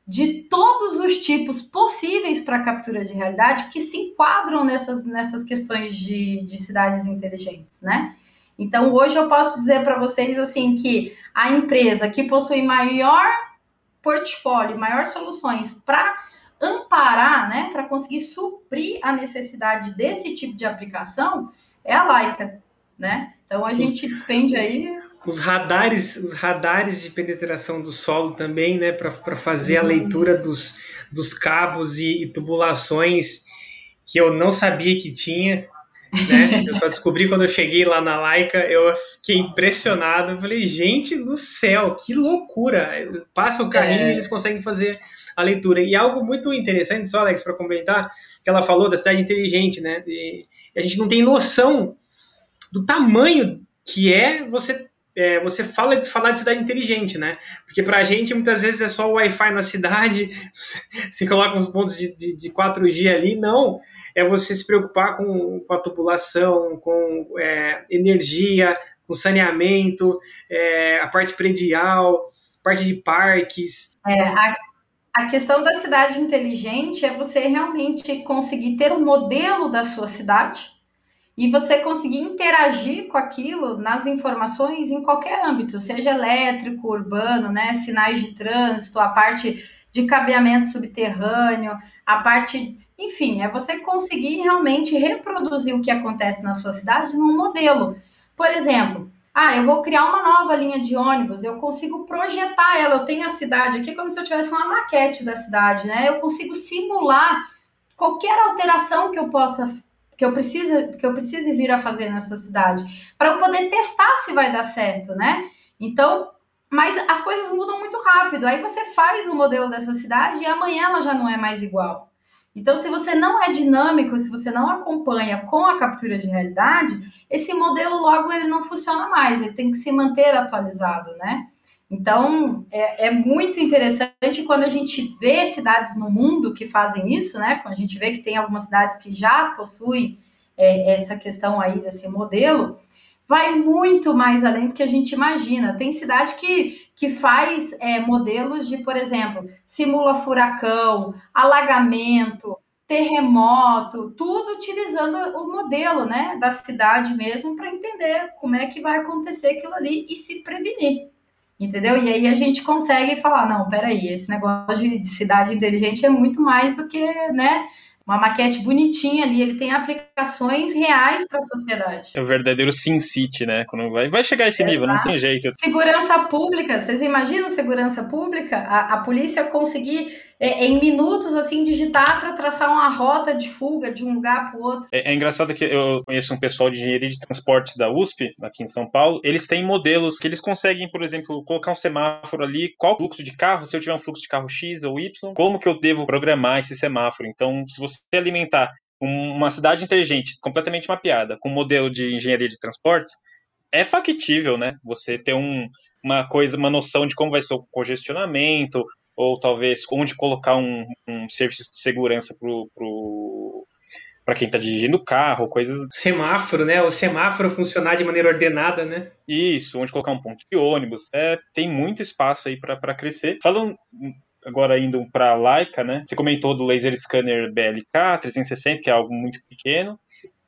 de todos os tipos possíveis para captura de realidade que se enquadram nessas, nessas questões de, de cidades inteligentes, né? Então, hoje eu posso dizer para vocês, assim, que a empresa que possui maior portfólio, maior soluções para amparar, né, para conseguir suprir a necessidade desse tipo de aplicação, é a Laika, né? Então, a gente despende aí... Os radares, os radares de penetração do solo também, né, para fazer a leitura dos, dos cabos e, e tubulações que eu não sabia que tinha, né? Eu só descobri quando eu cheguei lá na Laika, eu fiquei impressionado, eu falei, gente do céu, que loucura! Passa o carrinho é. e eles conseguem fazer a leitura. E algo muito interessante, só, Alex, para comentar, que ela falou da cidade inteligente, né? E a gente não tem noção do tamanho que é você É, você fala de falar de cidade inteligente, né? Porque pra gente, muitas vezes, é só o Wi-Fi na cidade, você coloca uns pontos de, de, de quatro G ali, não. É você se preocupar com, com a tubulação, com é, energia, com saneamento, é, a parte predial, parte de parques. É, a, a questão da cidade inteligente é você realmente conseguir ter um modelo da sua cidade, e você conseguir interagir com aquilo nas informações em qualquer âmbito, seja elétrico, urbano, né, sinais de trânsito, a parte de cabeamento subterrâneo, a parte... Enfim, é você conseguir realmente reproduzir o que acontece na sua cidade num modelo. Por exemplo, ah, eu vou criar uma nova linha de ônibus, eu consigo projetar ela, eu tenho a cidade aqui como se eu tivesse uma maquete da cidade, né? Eu consigo simular qualquer alteração que eu possa que eu precise, que eu precise vir a fazer nessa cidade, para eu poder testar se vai dar certo, né? Então, mas as coisas mudam muito rápido, aí você faz o modelo dessa cidade e amanhã ela já não é mais igual. Então, se você não é dinâmico, se você não acompanha com a captura de realidade, esse modelo logo ele não funciona mais, ele tem que se manter atualizado, né? Então, é, é muito interessante quando a gente vê cidades no mundo que fazem isso, né? Quando a gente vê que tem algumas cidades que já possuem é, essa questão aí desse modelo, vai muito mais além do que a gente imagina. Tem cidade que, que faz é, modelos de, por exemplo, simula furacão, alagamento, terremoto, tudo utilizando o modelo, né, da cidade mesmo para entender como é que vai acontecer aquilo ali e se prevenir. Entendeu? E aí a gente consegue falar, não, peraí, esse negócio de, de cidade inteligente é muito mais do que, né, uma maquete bonitinha ali, ele tem aplicações reais para a sociedade. É o verdadeiro SimCity, né? Quando vai, vai chegar a esse Exato. nível, não tem jeito. Segurança pública, vocês imaginam segurança pública? A, a polícia conseguir, é, em minutos, assim, digitar para traçar uma rota de fuga de um lugar para o outro. É, é engraçado que eu conheço um pessoal de engenharia de transportes da U S P, aqui em São Paulo, eles têm modelos que eles conseguem, por exemplo, colocar um semáforo ali, qual o fluxo de carro, se eu tiver um fluxo de carro X ou Y, como que eu devo programar esse semáforo. Então, se você alimentar uma cidade inteligente, completamente mapeada, com um modelo de engenharia de transportes, é factível, né? Você ter um, uma coisa, uma noção de como vai ser o congestionamento, ou talvez onde colocar um, um serviço de segurança pro, pro, para quem está dirigindo o carro, coisas... Semáforo, né? O semáforo funcionar de maneira ordenada, né? Isso, onde colocar um ponto de ônibus. É, tem muito espaço aí para crescer. Falando... Agora indo para a Laika, né? Você comentou do laser scanner B L K trezentos e sessenta, que é algo muito pequeno,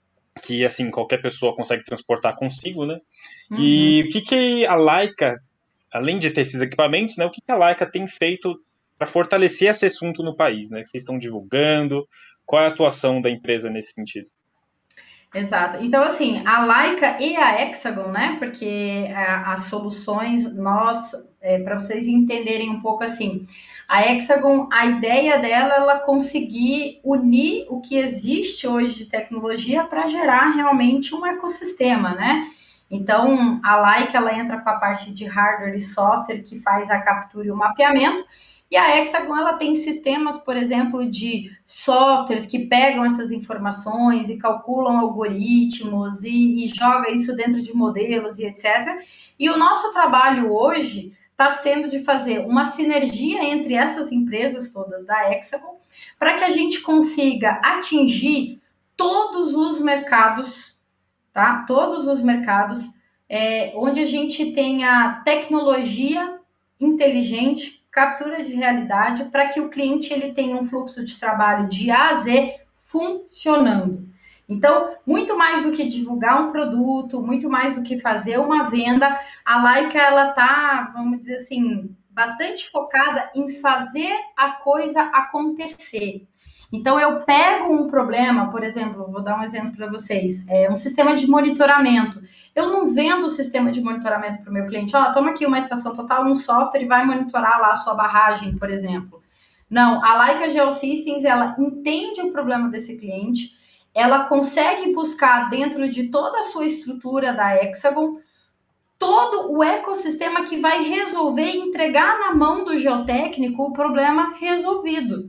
que assim qualquer pessoa consegue transportar consigo, né? Uhum. E o que, que a Laika, além de ter esses equipamentos, né? O que, que a Laika tem feito para fortalecer esse assunto no país, né? Que vocês estão divulgando? Qual é a atuação da empresa nesse sentido? Exato. Então, assim, a Laika e a Hexagon, né? Porque a, as soluções, nós, é, para vocês entenderem um pouco assim, a Hexagon, a ideia dela é ela conseguir unir o que existe hoje de tecnologia para gerar realmente um ecossistema, né? Então, a Laika, ela entra com a parte de hardware e software que faz a captura e o mapeamento. E a Hexagon, ela tem sistemas, por exemplo, de softwares que pegam essas informações e calculam algoritmos e, e joga isso dentro de modelos e etcétera. E o nosso trabalho hoje está sendo de fazer uma sinergia entre essas empresas todas da Hexagon para que a gente consiga atingir todos os mercados, tá? Todos os mercados é, onde a gente tenha tecnologia inteligente captura de realidade para que o cliente ele tenha um fluxo de trabalho de A a Z funcionando. Então, muito mais do que divulgar um produto, muito mais do que fazer uma venda, a Laika, ela tá, vamos dizer assim, bastante focada em fazer a coisa acontecer. Então, eu pego um problema, por exemplo, vou dar um exemplo para vocês, é um sistema de monitoramento. Eu não vendo o sistema de monitoramento para o meu cliente, ó, toma aqui uma estação total, um software e vai monitorar lá a sua barragem, por exemplo. Não, a Laika Geosystems, ela entende o problema desse cliente, ela consegue buscar dentro de toda a sua estrutura da Hexagon todo o ecossistema que vai resolver e entregar na mão do geotécnico o problema resolvido.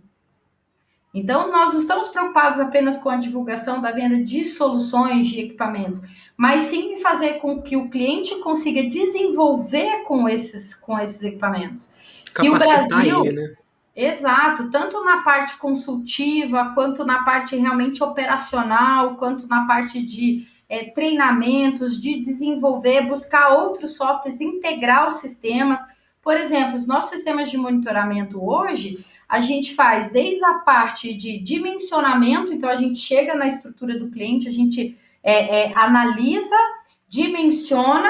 Então, nós não estamos preocupados apenas com a divulgação da venda de soluções de equipamentos, mas sim em fazer com que o cliente consiga desenvolver com esses, com esses equipamentos. Capacitar que o Brasil, ele, né? Exato, tanto na parte consultiva, quanto na parte realmente operacional, quanto na parte de é, treinamentos, de desenvolver, buscar outros softwares, integrar os sistemas. Por exemplo, os nossos sistemas de monitoramento hoje, a gente faz desde a parte de dimensionamento, então a gente chega na estrutura do cliente, a gente é, é, analisa, dimensiona,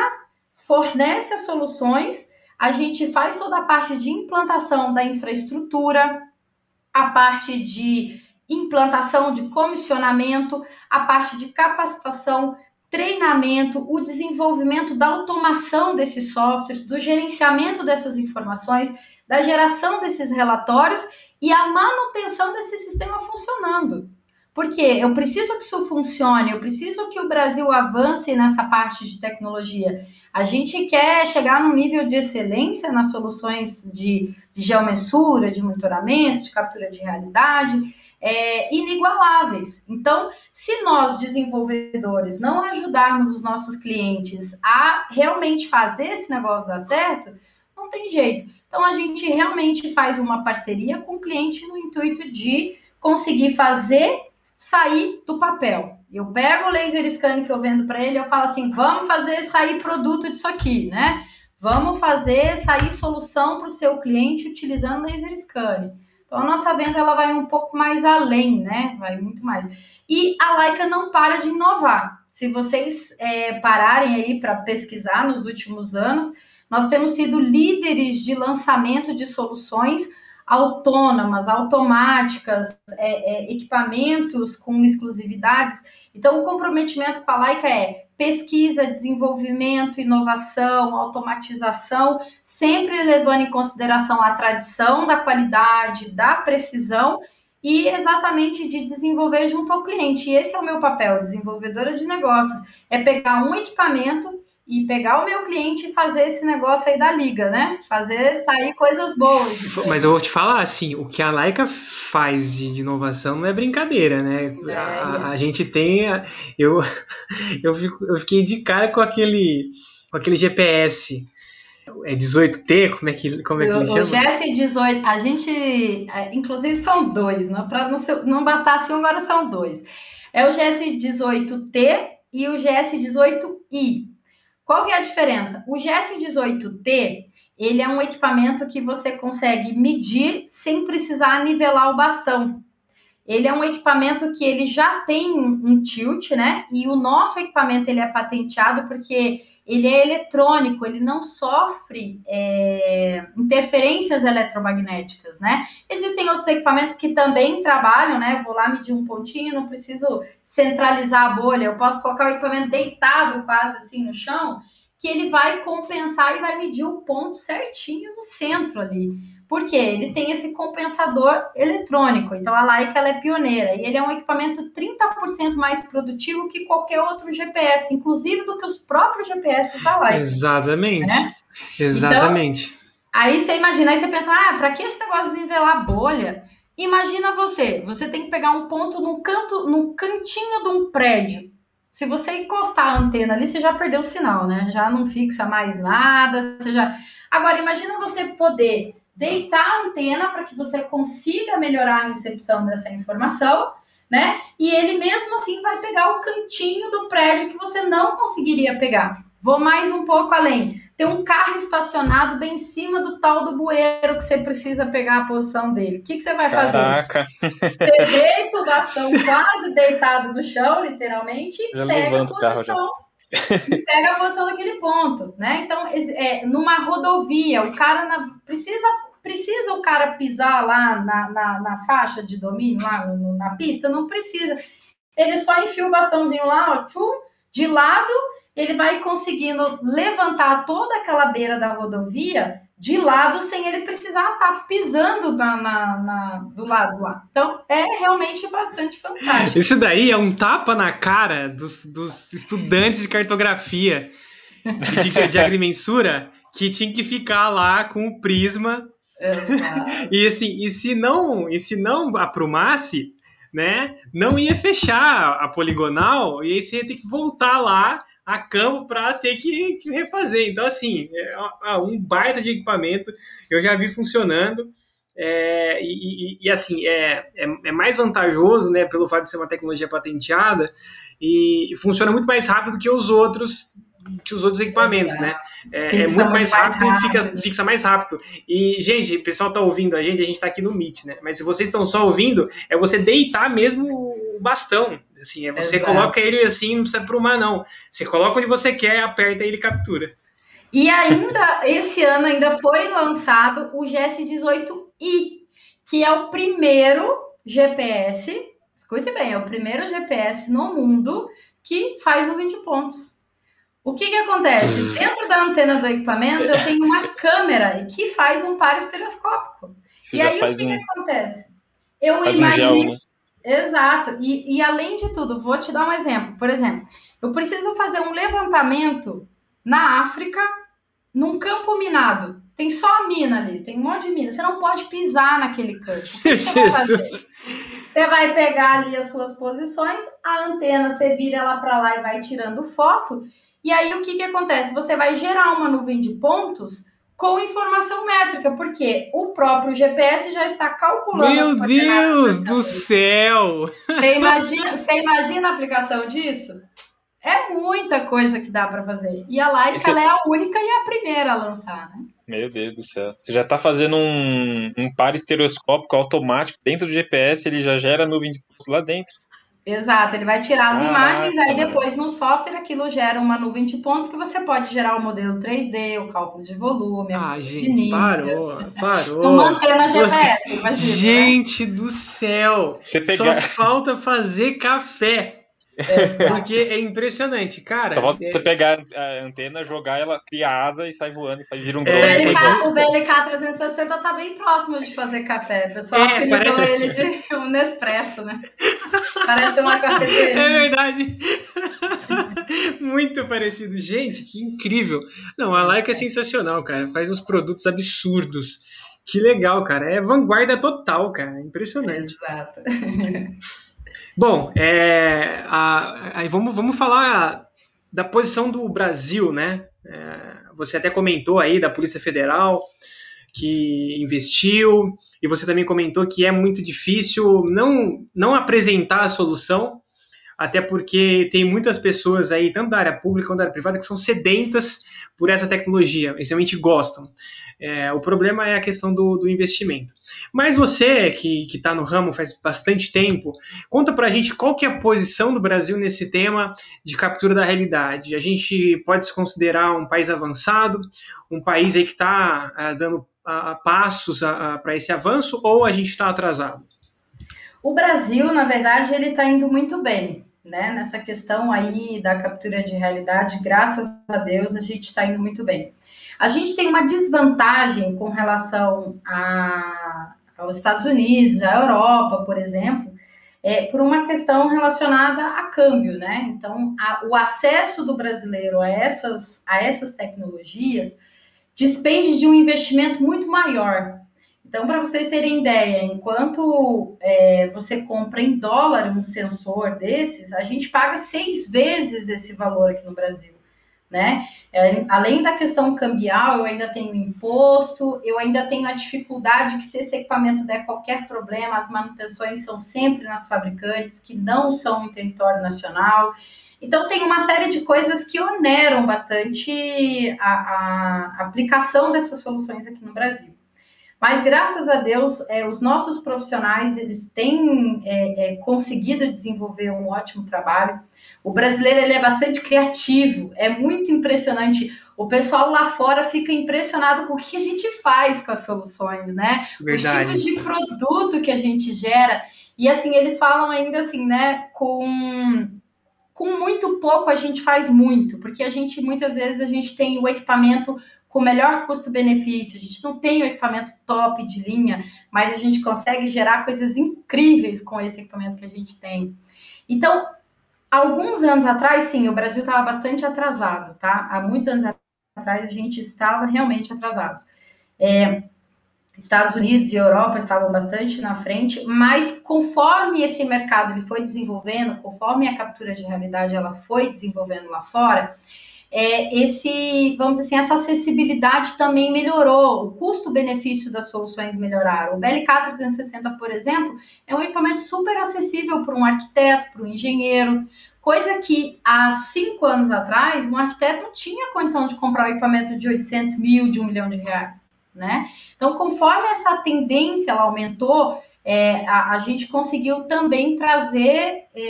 fornece as soluções. A gente faz toda a parte de implantação da infraestrutura, a parte de implantação de comissionamento, a parte de capacitação, treinamento, o desenvolvimento da automação desses softwares, do gerenciamento dessas informações, da geração desses relatórios e a manutenção desse sistema funcionando. Porque eu preciso que isso funcione, eu preciso que o Brasil avance nessa parte de tecnologia. A gente quer chegar num nível de excelência nas soluções de, de geomessura, de monitoramento, de captura de realidade, é, inigualáveis. Então, se nós, desenvolvedores, não ajudarmos os nossos clientes a realmente fazer esse negócio dar certo, não tem jeito. Então, a gente realmente faz uma parceria com o cliente no intuito de conseguir fazer sair do papel. Eu pego o laser scan que eu vendo para ele, eu falo assim, vamos fazer sair produto disso aqui, né? Vamos fazer sair solução para o seu cliente utilizando laser scan. Então, a nossa venda ela vai um pouco mais além, né? Vai muito mais. E a Laika não para de inovar. Se vocês é, pararem aí para pesquisar nos últimos anos, nós temos sido líderes de lançamento de soluções autônomas, automáticas, é, é, equipamentos com exclusividades. Então, o comprometimento com a Laika é pesquisa, desenvolvimento, inovação, automatização, sempre levando em consideração a tradição da qualidade, da precisão e exatamente de desenvolver junto ao cliente. E esse é o meu papel, desenvolvedora de negócios, é pegar um equipamento e pegar o meu cliente e fazer esse negócio aí da liga, né? Fazer sair coisas boas. Mas eu vou te falar, assim, o que a Laika faz de, de inovação não é brincadeira, né? É. A, a gente tem... Eu, eu, fico, eu fiquei de cara com aquele, com aquele G P S. É dezoito T? Como é que, como é que ele chama? O G S dezoito, a gente... Inclusive são dois, não, para não, não bastasse um, agora são dois. É o G S dezoito T e o G S dezoito I. Qual que é a diferença? O G S dezoito T, ele é um equipamento que você consegue medir sem precisar nivelar o bastão. Ele é um equipamento que ele já tem um tilt, né? E o nosso equipamento, ele é patenteado porque ele é eletrônico, ele não sofre é, interferências eletromagnéticas, né? Existem outros equipamentos que também trabalham, né? Eu vou lá medir um pontinho, não preciso centralizar a bolha, eu posso colocar o equipamento deitado quase assim no chão, que ele vai compensar e vai medir o ponto certinho no centro ali. Por quê? Ele tem esse compensador eletrônico. Então, a Laika ela é pioneira. E ele é um equipamento trinta por cento mais produtivo que qualquer outro G P S, inclusive do que os próprios G P S da Laika. Exatamente. Né? Exatamente. Então, aí você imagina, aí você pensa, ah, para que esse negócio de nivelar a bolha? Imagina você, você tem que pegar um ponto no canto, no cantinho de um prédio. Se você encostar a antena ali, você já perdeu o sinal, né? Já não fixa mais nada. Você já... Agora, imagina você poder deitar a antena para que você consiga melhorar a recepção dessa informação, né? E ele mesmo assim vai pegar o cantinho do prédio que você não conseguiria pegar. Vou mais um pouco além. tem um carro estacionado bem em cima do tal do bueiro que você precisa pegar a posição dele. O que, que você vai fazer? Caraca. Você deita o bastão quase deitado no chão, literalmente, e Já pega a levanta o carro já. posição. E pega a posição daquele ponto, né? Então, é, numa rodovia, o cara na, precisa, precisa o cara pisar lá na, na, na faixa de domínio, lá no, na pista? Não precisa. Ele só enfia o bastãozinho lá, ó, tchum, de lado, ele vai conseguindo levantar toda aquela beira da rodovia de lado, sem ele precisar estar pisando na, na, na, do lado lá. Então, é realmente bastante fantástico. Isso daí é um tapa na cara dos, dos estudantes de cartografia de, de agrimensura que tinha que ficar lá com o prisma. Exato. E, assim, e, se não, e se não aprumasse, né, não ia fechar a poligonal, e aí você ia ter que voltar lá a campo para ter que, que refazer. Então, assim, é um baita de equipamento, eu já vi funcionando, é, e, e, e, assim, é, é, é mais vantajoso, né, pelo fato de ser uma tecnologia patenteada, e, e funciona muito mais rápido que os outros que os outros equipamentos, é, né? É, é muito mais rápido, mais rápido. e fica, fixa mais rápido. E, gente, o pessoal tá ouvindo a gente, a gente tá aqui no Meet, né? Mas se vocês estão só ouvindo, é você deitar mesmo o bastão. Assim, é você Exato. Coloca ele assim, não precisa aprumar, não. Você coloca onde você quer, aperta e ele captura. E ainda, esse ano, ainda foi lançado o G S dezoito i, que é o primeiro G P S, escute bem, é o primeiro G P S no mundo que faz nuvem de pontos. O que que acontece? Dentro da antena do equipamento, eu tenho uma câmera que faz um par estereoscópico. Você e aí, o que um... que acontece? Eu faz imagino... Um gel, né? Exato. E, e, além de tudo, vou te dar um exemplo. Por exemplo, eu preciso fazer um levantamento na África, num campo minado. Tem só a mina ali, tem um monte de mina. Você não pode pisar naquele campo. O que você vai fazer? Você vai pegar ali as suas posições, a antena, você vira ela para lá e vai tirando foto. E aí, o que que acontece? Você vai gerar uma nuvem de pontos com informação métrica, porque o próprio G P S já está calculando... Meu Deus do céu! Você imagina, você imagina a aplicação disso? É muita coisa que dá para fazer. E a Leica, ela é a única e a primeira a lançar, né? Meu Deus do céu. Você já está fazendo um, um par estereoscópico automático dentro do G P S, ele já gera nuvem de pontos lá dentro. Exato, ele vai tirar as Caraca, imagens, aí depois no software aquilo gera uma nuvem de pontos que você pode gerar o modelo três D, o cálculo de volume, ah, a gente, de nível. parou, parou. Uma antena G P S, imagina. Gente, né? Do céu, você pegar... só falta fazer café. É, porque é impressionante, cara. Só falta é... você pegar a antena, jogar ela, cria asa e sai voando e faz, vira um drone. É, depois... o B L K trezentos e sessenta tá bem próximo de fazer café. O pessoal é, apelidou parece... ele de um Nespresso, né? Parece uma cafeteira. É verdade. Muito parecido. Gente, que incrível. Não, a Leica é sensacional, cara. Faz uns produtos absurdos. Que legal, cara. É vanguarda total, cara. É impressionante. Exato. Bom, é, a, aí vamos, vamos falar da posição do Brasil, né? É, você até comentou aí da Polícia Federal que investiu, e você também comentou que é muito difícil não, não apresentar a solução, até porque tem muitas pessoas aí, tanto da área pública quanto da área privada, que são sedentas por essa tecnologia, eles realmente gostam. É, o problema é a questão do, do investimento. Mas você, que está no ramo faz bastante tempo, conta pra gente qual que é a posição do Brasil nesse tema de captura da realidade. A gente pode se considerar um país avançado, um país aí que está uh, dando uh, passos uh, uh, para esse avanço, ou a gente está atrasado? O Brasil, na verdade, ele está indo muito bem, né? Nessa questão aí da captura de realidade, graças a Deus, a gente está indo muito bem. A gente tem uma desvantagem com relação a, aos Estados Unidos, à Europa, por exemplo, é, por uma questão relacionada a câmbio, né? Então, a, o acesso do brasileiro a essas, a essas tecnologias despende de um investimento muito maior. Então, para vocês terem ideia, enquanto é, você compra em dólar um sensor desses, a gente paga seis vezes esse valor aqui no Brasil, né? É, além da questão cambial, eu ainda tenho imposto, eu ainda tenho a dificuldade que se esse equipamento der qualquer problema, as manutenções são sempre nas fabricantes, que não são em território nacional. Então, tem uma série de coisas que oneram bastante a, a aplicação dessas soluções aqui no Brasil. Mas, graças a Deus, é, os nossos profissionais, eles têm é, é, conseguido desenvolver um ótimo trabalho. O brasileiro, ele é bastante criativo, é muito impressionante. O pessoal lá fora fica impressionado com o que a gente faz com as soluções, né? Verdade. Os tipos de produto que a gente gera. E, assim, eles falam ainda assim, né, com... com muito pouco a gente faz muito, porque a gente, muitas vezes, a gente tem o equipamento com melhor custo-benefício, a gente não tem o equipamento top de linha, mas a gente consegue gerar coisas incríveis com esse equipamento que a gente tem. Então, alguns anos atrás, sim, o Brasil estava bastante atrasado, tá? Há muitos anos atrás a gente estava realmente atrasado. É, Estados Unidos e Europa estavam bastante na frente, mas conforme esse mercado ele foi desenvolvendo, conforme a captura de realidade ela foi desenvolvendo lá fora, é, esse, vamos dizer assim, essa acessibilidade também melhorou, o custo-benefício das soluções melhoraram. O B L K trezentos e sessenta, por exemplo, é um equipamento super acessível para um arquiteto, para um engenheiro, coisa que há cinco anos atrás um arquiteto não tinha condição de comprar um equipamento de oitocentos mil, de um milhão de reais, né? Então, conforme essa tendência ela aumentou, é, a, a gente conseguiu também trazer, é,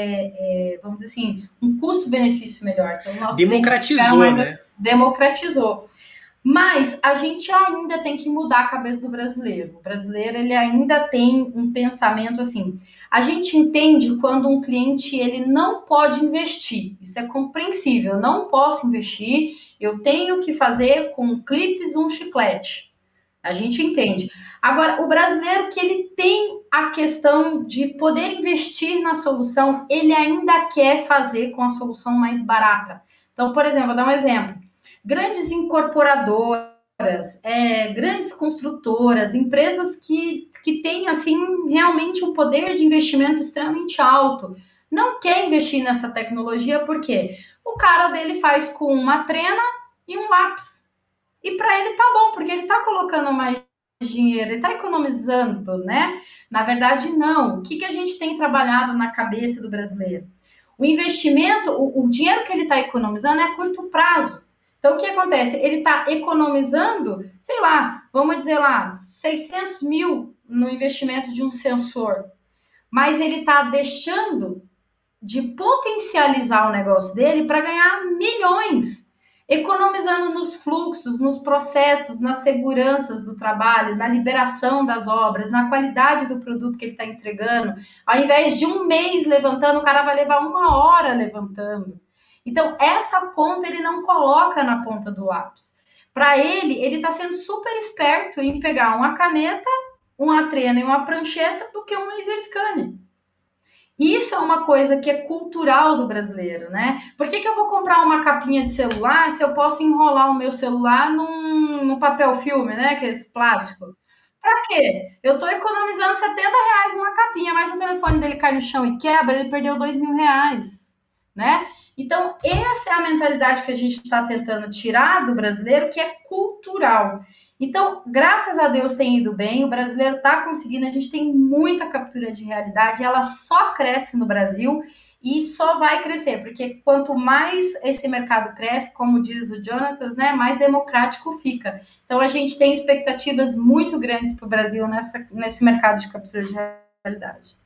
é, vamos dizer assim, um custo-benefício melhor. Então, democratizou, mais, né? Democratizou. Mas a gente ainda tem que mudar a cabeça do brasileiro. O brasileiro, ele ainda tem um pensamento assim. A gente entende quando um cliente ele não pode investir. Isso é compreensível. Eu não posso investir, eu tenho que fazer com clipes um chiclete. A gente entende. Agora, o brasileiro que ele tem a questão de poder investir na solução, ele ainda quer fazer com a solução mais barata. Então, por exemplo, vou dar um exemplo. Grandes incorporadoras, é, grandes construtoras, empresas que, que têm, assim, realmente um poder de investimento extremamente alto, não quer investir nessa tecnologia porque o cara dele faz com uma trena e um lápis. E para ele tá bom, porque ele está colocando mais dinheiro, ele está economizando, né? Na verdade, não. O que, que a gente tem trabalhado na cabeça do brasileiro? O investimento, o, o dinheiro que ele está economizando é a curto prazo. Então, o que acontece? Ele está economizando, sei lá, vamos dizer lá, seiscentos mil no investimento de um sensor. Mas ele está deixando de potencializar o negócio dele para ganhar milhões. Economizando nos fluxos, nos processos, nas seguranças do trabalho, na liberação das obras, na qualidade do produto que ele está entregando. Ao invés de um mês levantando, o cara vai levar uma hora levantando. Então, essa conta ele não coloca na ponta do lápis. Para ele, ele está sendo super esperto em pegar uma caneta, uma trena e uma prancheta do que um laser scanner. Isso é uma coisa que é cultural do brasileiro, né? Por que que eu vou comprar uma capinha de celular se eu posso enrolar o meu celular num, num papel filme, né? Que é esse plástico. Pra quê? Eu tô economizando setenta reais numa capinha, mas o telefone dele cai no chão e quebra, ele perdeu dois mil reais, né? Então, essa é a mentalidade que a gente está tentando tirar do brasileiro, que é cultural. Então, graças a Deus tem ido bem, o brasileiro está conseguindo, a gente tem muita captura de realidade, ela só cresce no Brasil e só vai crescer, porque quanto mais esse mercado cresce, como diz o Jonatas, né, mais democrático fica. Então, a gente tem expectativas muito grandes para o Brasil nessa, nesse mercado de captura de realidade.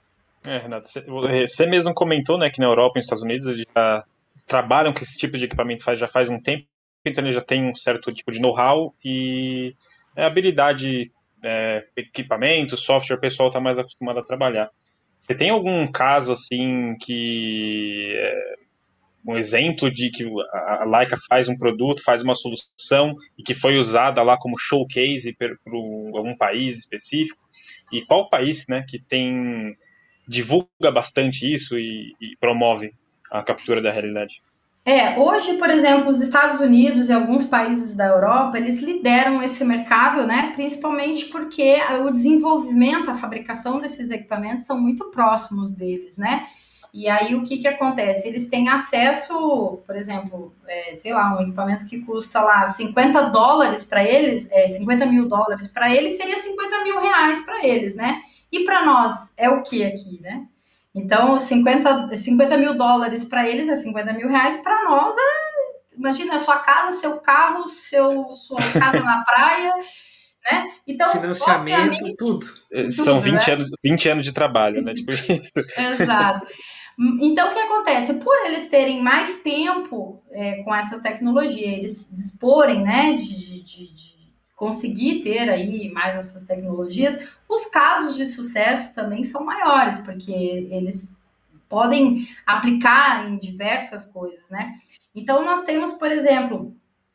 É, Renato, você mesmo comentou, né, que na Europa e nos Estados Unidos eles já trabalham com esse tipo de equipamento faz, já faz um tempo, então ele já tem um certo tipo de know-how e é, habilidade, é, equipamento, software, o pessoal está mais acostumado a trabalhar. Você tem algum caso, assim, que... É, um exemplo de que a Leica faz um produto, faz uma solução e que foi usada lá como showcase para algum país específico? E qual país, né, que tem... divulga bastante isso e, e promove a captura da realidade? É, hoje, por exemplo, os Estados Unidos e alguns países da Europa, eles lideram esse mercado, né? Principalmente porque o desenvolvimento, a fabricação desses equipamentos são muito próximos deles, né? E aí, o que que acontece? Eles têm acesso, por exemplo, é, sei lá, um equipamento que custa lá cinquenta dólares para eles, é, cinquenta mil dólares para eles, seria cinquenta mil reais para eles, né? E para nós, é o que aqui, né? Então, cinquenta, cinquenta mil dólares para eles é cinquenta mil reais, para nós é, imagina, a sua casa, seu carro, seu, sua casa na praia, né? Então, financiamento, tudo. tudo. São vinte, né? anos, vinte anos de trabalho, né? Tipo isso. Exato. Então, o que acontece? Por eles terem mais tempo é, com essa tecnologia, eles disporem, né, de, de, de conseguir ter aí mais essas tecnologias, os casos de sucesso também são maiores, porque eles podem aplicar em diversas coisas, né? Então, nós temos, por exemplo,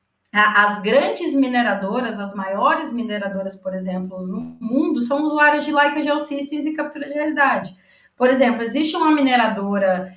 as grandes mineradoras, as maiores mineradoras, por exemplo, no mundo, são usuárias de Leica Geosystems e captura de realidade. Por exemplo, existe uma mineradora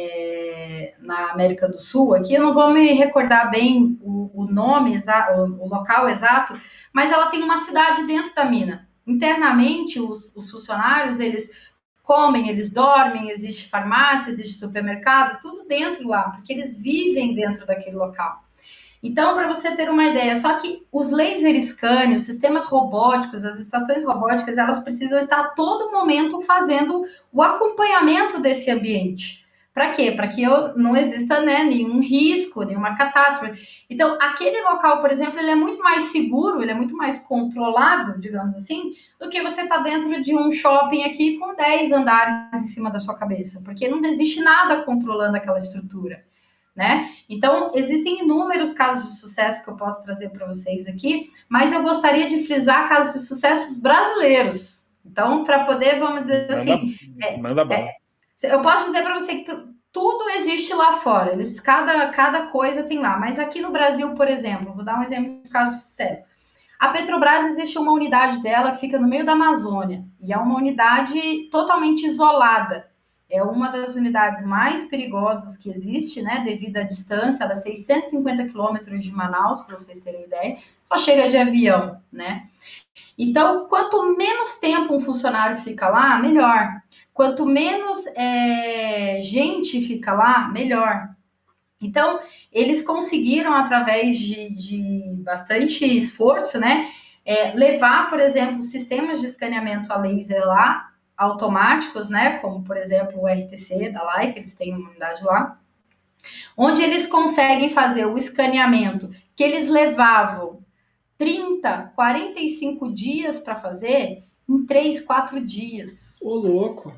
é, na América do Sul, aqui eu não vou me recordar bem o, o nome, o, o local exato, mas ela tem uma cidade dentro da mina. Internamente, os, os funcionários, eles comem, eles dormem, existe farmácia, existe supermercado, tudo dentro lá, porque eles vivem dentro daquele local. Então, para você ter uma ideia, só que os laser scan, os sistemas robóticos, as estações robóticas, elas precisam estar a todo momento fazendo o acompanhamento desse ambiente. Para quê? Para que eu, não exista, né, nenhum risco, nenhuma catástrofe. Então, aquele local, por exemplo, ele é muito mais seguro, ele é muito mais controlado, digamos assim, do que você estar tá dentro de um shopping aqui com dez andares em cima da sua cabeça, porque não existe nada controlando aquela estrutura. Né? Então, existem inúmeros casos de sucesso que eu posso trazer para vocês aqui, mas eu gostaria de frisar casos de sucessos brasileiros. Então, para poder, vamos dizer manda, assim... Manda bom. É, eu posso dizer para você que tudo existe lá fora, eles, cada, cada coisa tem lá, mas aqui no Brasil, por exemplo, vou dar um exemplo de caso de sucesso. A Petrobras, existe uma unidade dela que fica no meio da Amazônia, e é uma unidade totalmente isolada. É uma das unidades mais perigosas que existe, né? Devido à distância, ela é seiscentos e cinquenta quilômetros de Manaus, para vocês terem ideia, só chega de avião, né? Então, quanto menos tempo um funcionário fica lá, melhor. Quanto menos é, gente fica lá, melhor. Então, eles conseguiram, através de, de bastante esforço, né? É, levar, por exemplo, sistemas de escaneamento a laser lá, automáticos, né, como por exemplo o R T C da Leica, eles têm uma unidade lá, onde eles conseguem fazer o escaneamento que eles levavam trinta, quarenta e cinco dias para fazer em três, quatro dias. Ô, louco!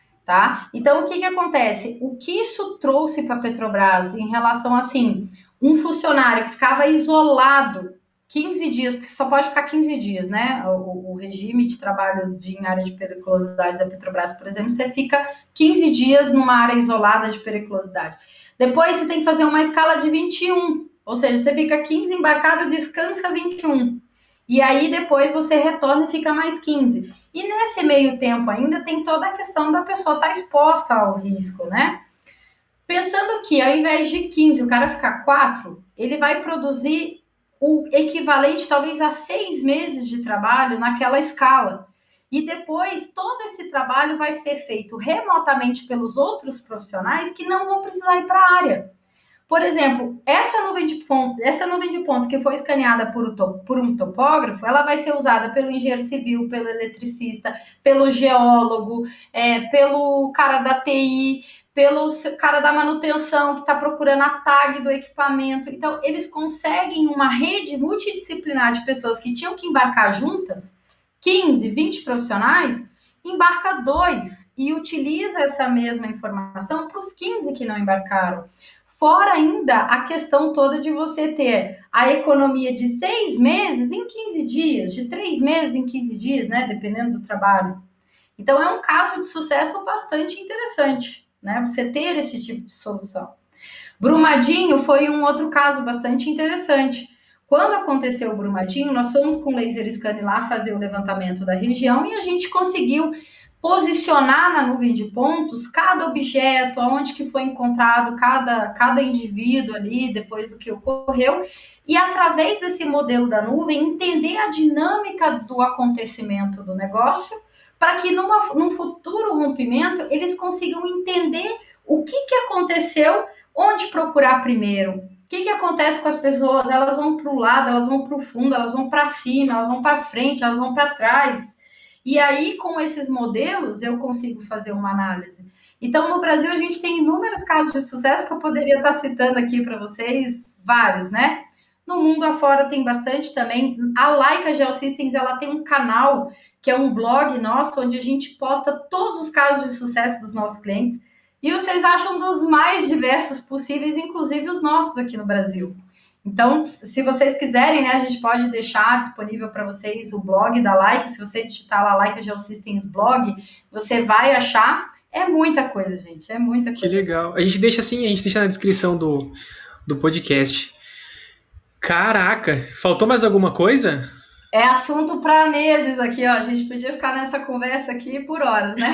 Tá? Então, o que que acontece? O que isso trouxe para a Petrobras em relação, assim, um funcionário que ficava isolado quinze dias, porque só pode ficar quinze dias, né? O, o regime de trabalho de, em área de periculosidade da Petrobras, por exemplo, você fica quinze dias numa área isolada de periculosidade. Depois você tem que fazer uma escala de vinte e um, ou seja, você fica quinze embarcado, descansa vinte e um. E aí depois você retorna e fica mais quinze. E nesse meio tempo ainda tem toda a questão da pessoa estar exposta ao risco, né? Pensando que ao invés de quinze, o cara ficar quatro, ele vai produzir o equivalente talvez a seis meses de trabalho naquela escala. E depois todo esse trabalho vai ser feito remotamente pelos outros profissionais que não vão precisar ir para a área. Por exemplo, essa nuvem de pontos, essa nuvem de pontos que foi escaneada por, por um topógrafo, ela vai ser usada pelo engenheiro civil, pelo eletricista, pelo geólogo, é, pelo cara da T I, pelo cara da manutenção que está procurando a tag do equipamento. Então, eles conseguem uma rede multidisciplinar de pessoas que tinham que embarcar juntas, quinze, vinte profissionais, embarca dois e utiliza essa mesma informação para os quinze que não embarcaram. Fora ainda a questão toda de você ter a economia de seis meses em quinze dias, de três meses em quinze dias, né? Dependendo do trabalho. Então, é um caso de sucesso bastante interessante, né? Você ter esse tipo de solução. Brumadinho foi um outro caso bastante interessante. Quando aconteceu o Brumadinho, nós fomos com o laser scan lá fazer o levantamento da região e a gente conseguiu posicionar na nuvem de pontos cada objeto, aonde que foi encontrado cada, cada indivíduo ali, depois do que ocorreu, e através desse modelo da nuvem, entender a dinâmica do acontecimento do negócio, para que numa, num futuro rompimento, eles consigam entender o que, que aconteceu, onde procurar primeiro. O que, que acontece com as pessoas? Elas vão para o lado, elas vão para o fundo, elas vão para cima, elas vão para frente, elas vão para trás. E aí, com esses modelos, eu consigo fazer uma análise. Então, no Brasil, a gente tem inúmeros casos de sucesso que eu poderia estar citando aqui para vocês, vários, né? No mundo afora tem bastante também. A Leica Geosystems, ela tem um canal, que é um blog nosso, onde a gente posta todos os casos de sucesso dos nossos clientes. E vocês acham dos mais diversos possíveis, inclusive os nossos aqui no Brasil. Então, se vocês quiserem, né, a gente pode deixar disponível para vocês o blog da Leica. Se você digitar lá Leica Geosystems blog, você vai achar. É muita coisa, gente, é muita coisa. Que legal. A gente deixa assim, a gente deixa na descrição do, do podcast. Caraca, faltou mais alguma coisa? É assunto para meses aqui, ó. A gente podia ficar nessa conversa aqui por horas, né?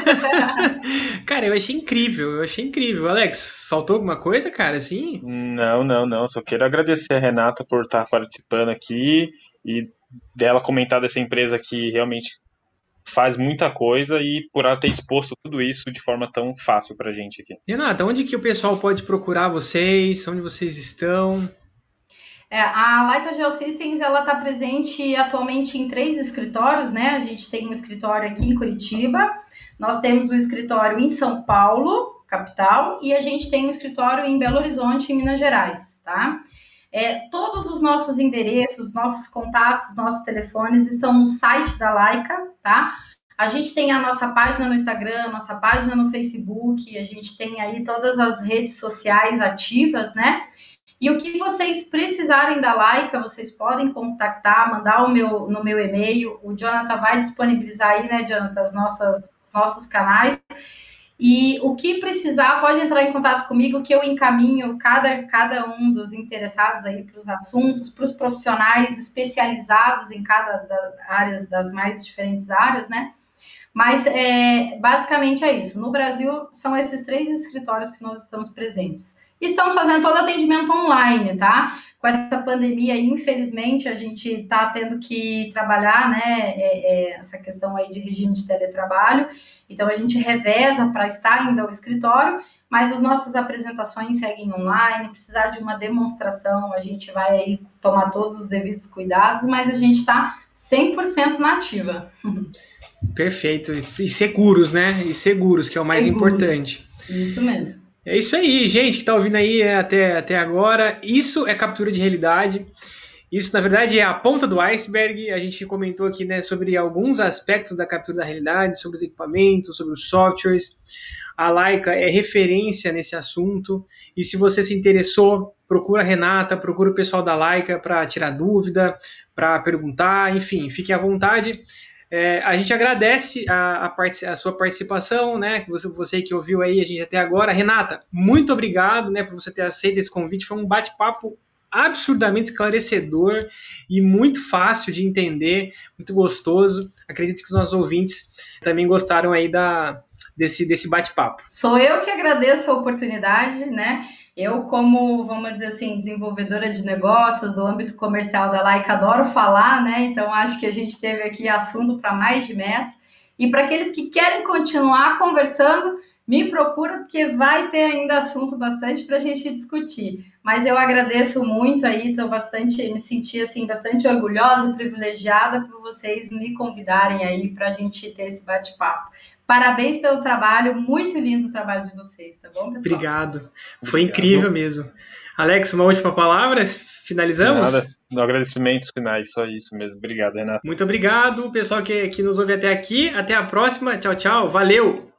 Cara, eu achei incrível, eu achei incrível. Alex, faltou alguma coisa, cara, assim? Não, não, não. Só quero agradecer a Renata por estar participando aqui e dela comentar dessa empresa que realmente faz muita coisa e por ela ter exposto tudo isso de forma tão fácil pra gente aqui. Renata, onde que o pessoal pode procurar vocês? Onde vocês estão? É, a Leica Geosystems, ela está presente atualmente em três escritórios, né? A gente tem um escritório aqui em Curitiba, nós temos um escritório em São Paulo, capital, e a gente tem um escritório em Belo Horizonte, em Minas Gerais, tá? É, todos os nossos endereços, nossos contatos, nossos telefones estão no site da Leica, tá? A gente tem a nossa página no Instagram, nossa página no Facebook, a gente tem aí todas as redes sociais ativas, né? E o que vocês precisarem da Leica, vocês podem contactar, mandar o meu, no meu e-mail. O Jonathan vai disponibilizar aí, né, Jonathan, as nossas, os nossos canais. E o que precisar, pode entrar em contato comigo, que eu encaminho cada, cada um dos interessados aí para os assuntos, para os profissionais especializados em cada da, áreas, das mais diferentes áreas, né? Mas, é, basicamente, é isso. No Brasil, são esses três escritórios que nós estamos presentes. Estamos fazendo todo atendimento online, tá? Com essa pandemia, infelizmente, a gente está tendo que trabalhar, né, é, é, essa questão aí de regime de teletrabalho. Então, a gente reveza para estar indo ao escritório, mas as nossas apresentações seguem online. Precisar de uma demonstração, a gente vai aí tomar todos os devidos cuidados, mas a gente está cem por cento na ativa. Perfeito. E seguros, né? E seguros, que é o mais seguros. Importante. Isso mesmo. É isso aí, gente, que está ouvindo aí até, até agora. Isso é captura de realidade. Isso, na verdade, é a ponta do iceberg. A gente comentou aqui, né, sobre alguns aspectos da captura da realidade, sobre os equipamentos, sobre os softwares. A Leica é referência nesse assunto. E se você se interessou, procura a Renata, procura o pessoal da Leica para tirar dúvida, para perguntar, enfim, fique à vontade. É, a gente agradece a, a, part- a sua participação, né? Você, você que ouviu aí a gente até agora. Renata, muito obrigado, né, por você ter aceito esse convite. Foi um bate-papo absurdamente esclarecedor e muito fácil de entender, muito gostoso. Acredito que os nossos ouvintes também gostaram aí da, desse, desse bate-papo. Sou eu que agradeço a oportunidade, né? Eu, como, vamos dizer assim, desenvolvedora de negócios do âmbito comercial da Leica, adoro falar, né? Então, acho que a gente teve aqui assunto para mais de metro. E para aqueles que querem continuar conversando, me procura, porque vai ter ainda assunto bastante para a gente discutir. Mas eu agradeço muito aí, estou bastante, me senti assim, bastante orgulhosa e privilegiada por vocês me convidarem aí para a gente ter esse bate-papo. Parabéns pelo trabalho, muito lindo o trabalho de vocês, tá bom, pessoal? Obrigado, foi Obrigado. Incrível mesmo. Alex, uma última palavra, finalizamos? Nada, no agradecimentos finais, só isso mesmo. Obrigado, Renato. Muito obrigado, pessoal que, que nos ouve até aqui, até a próxima, tchau, tchau, valeu!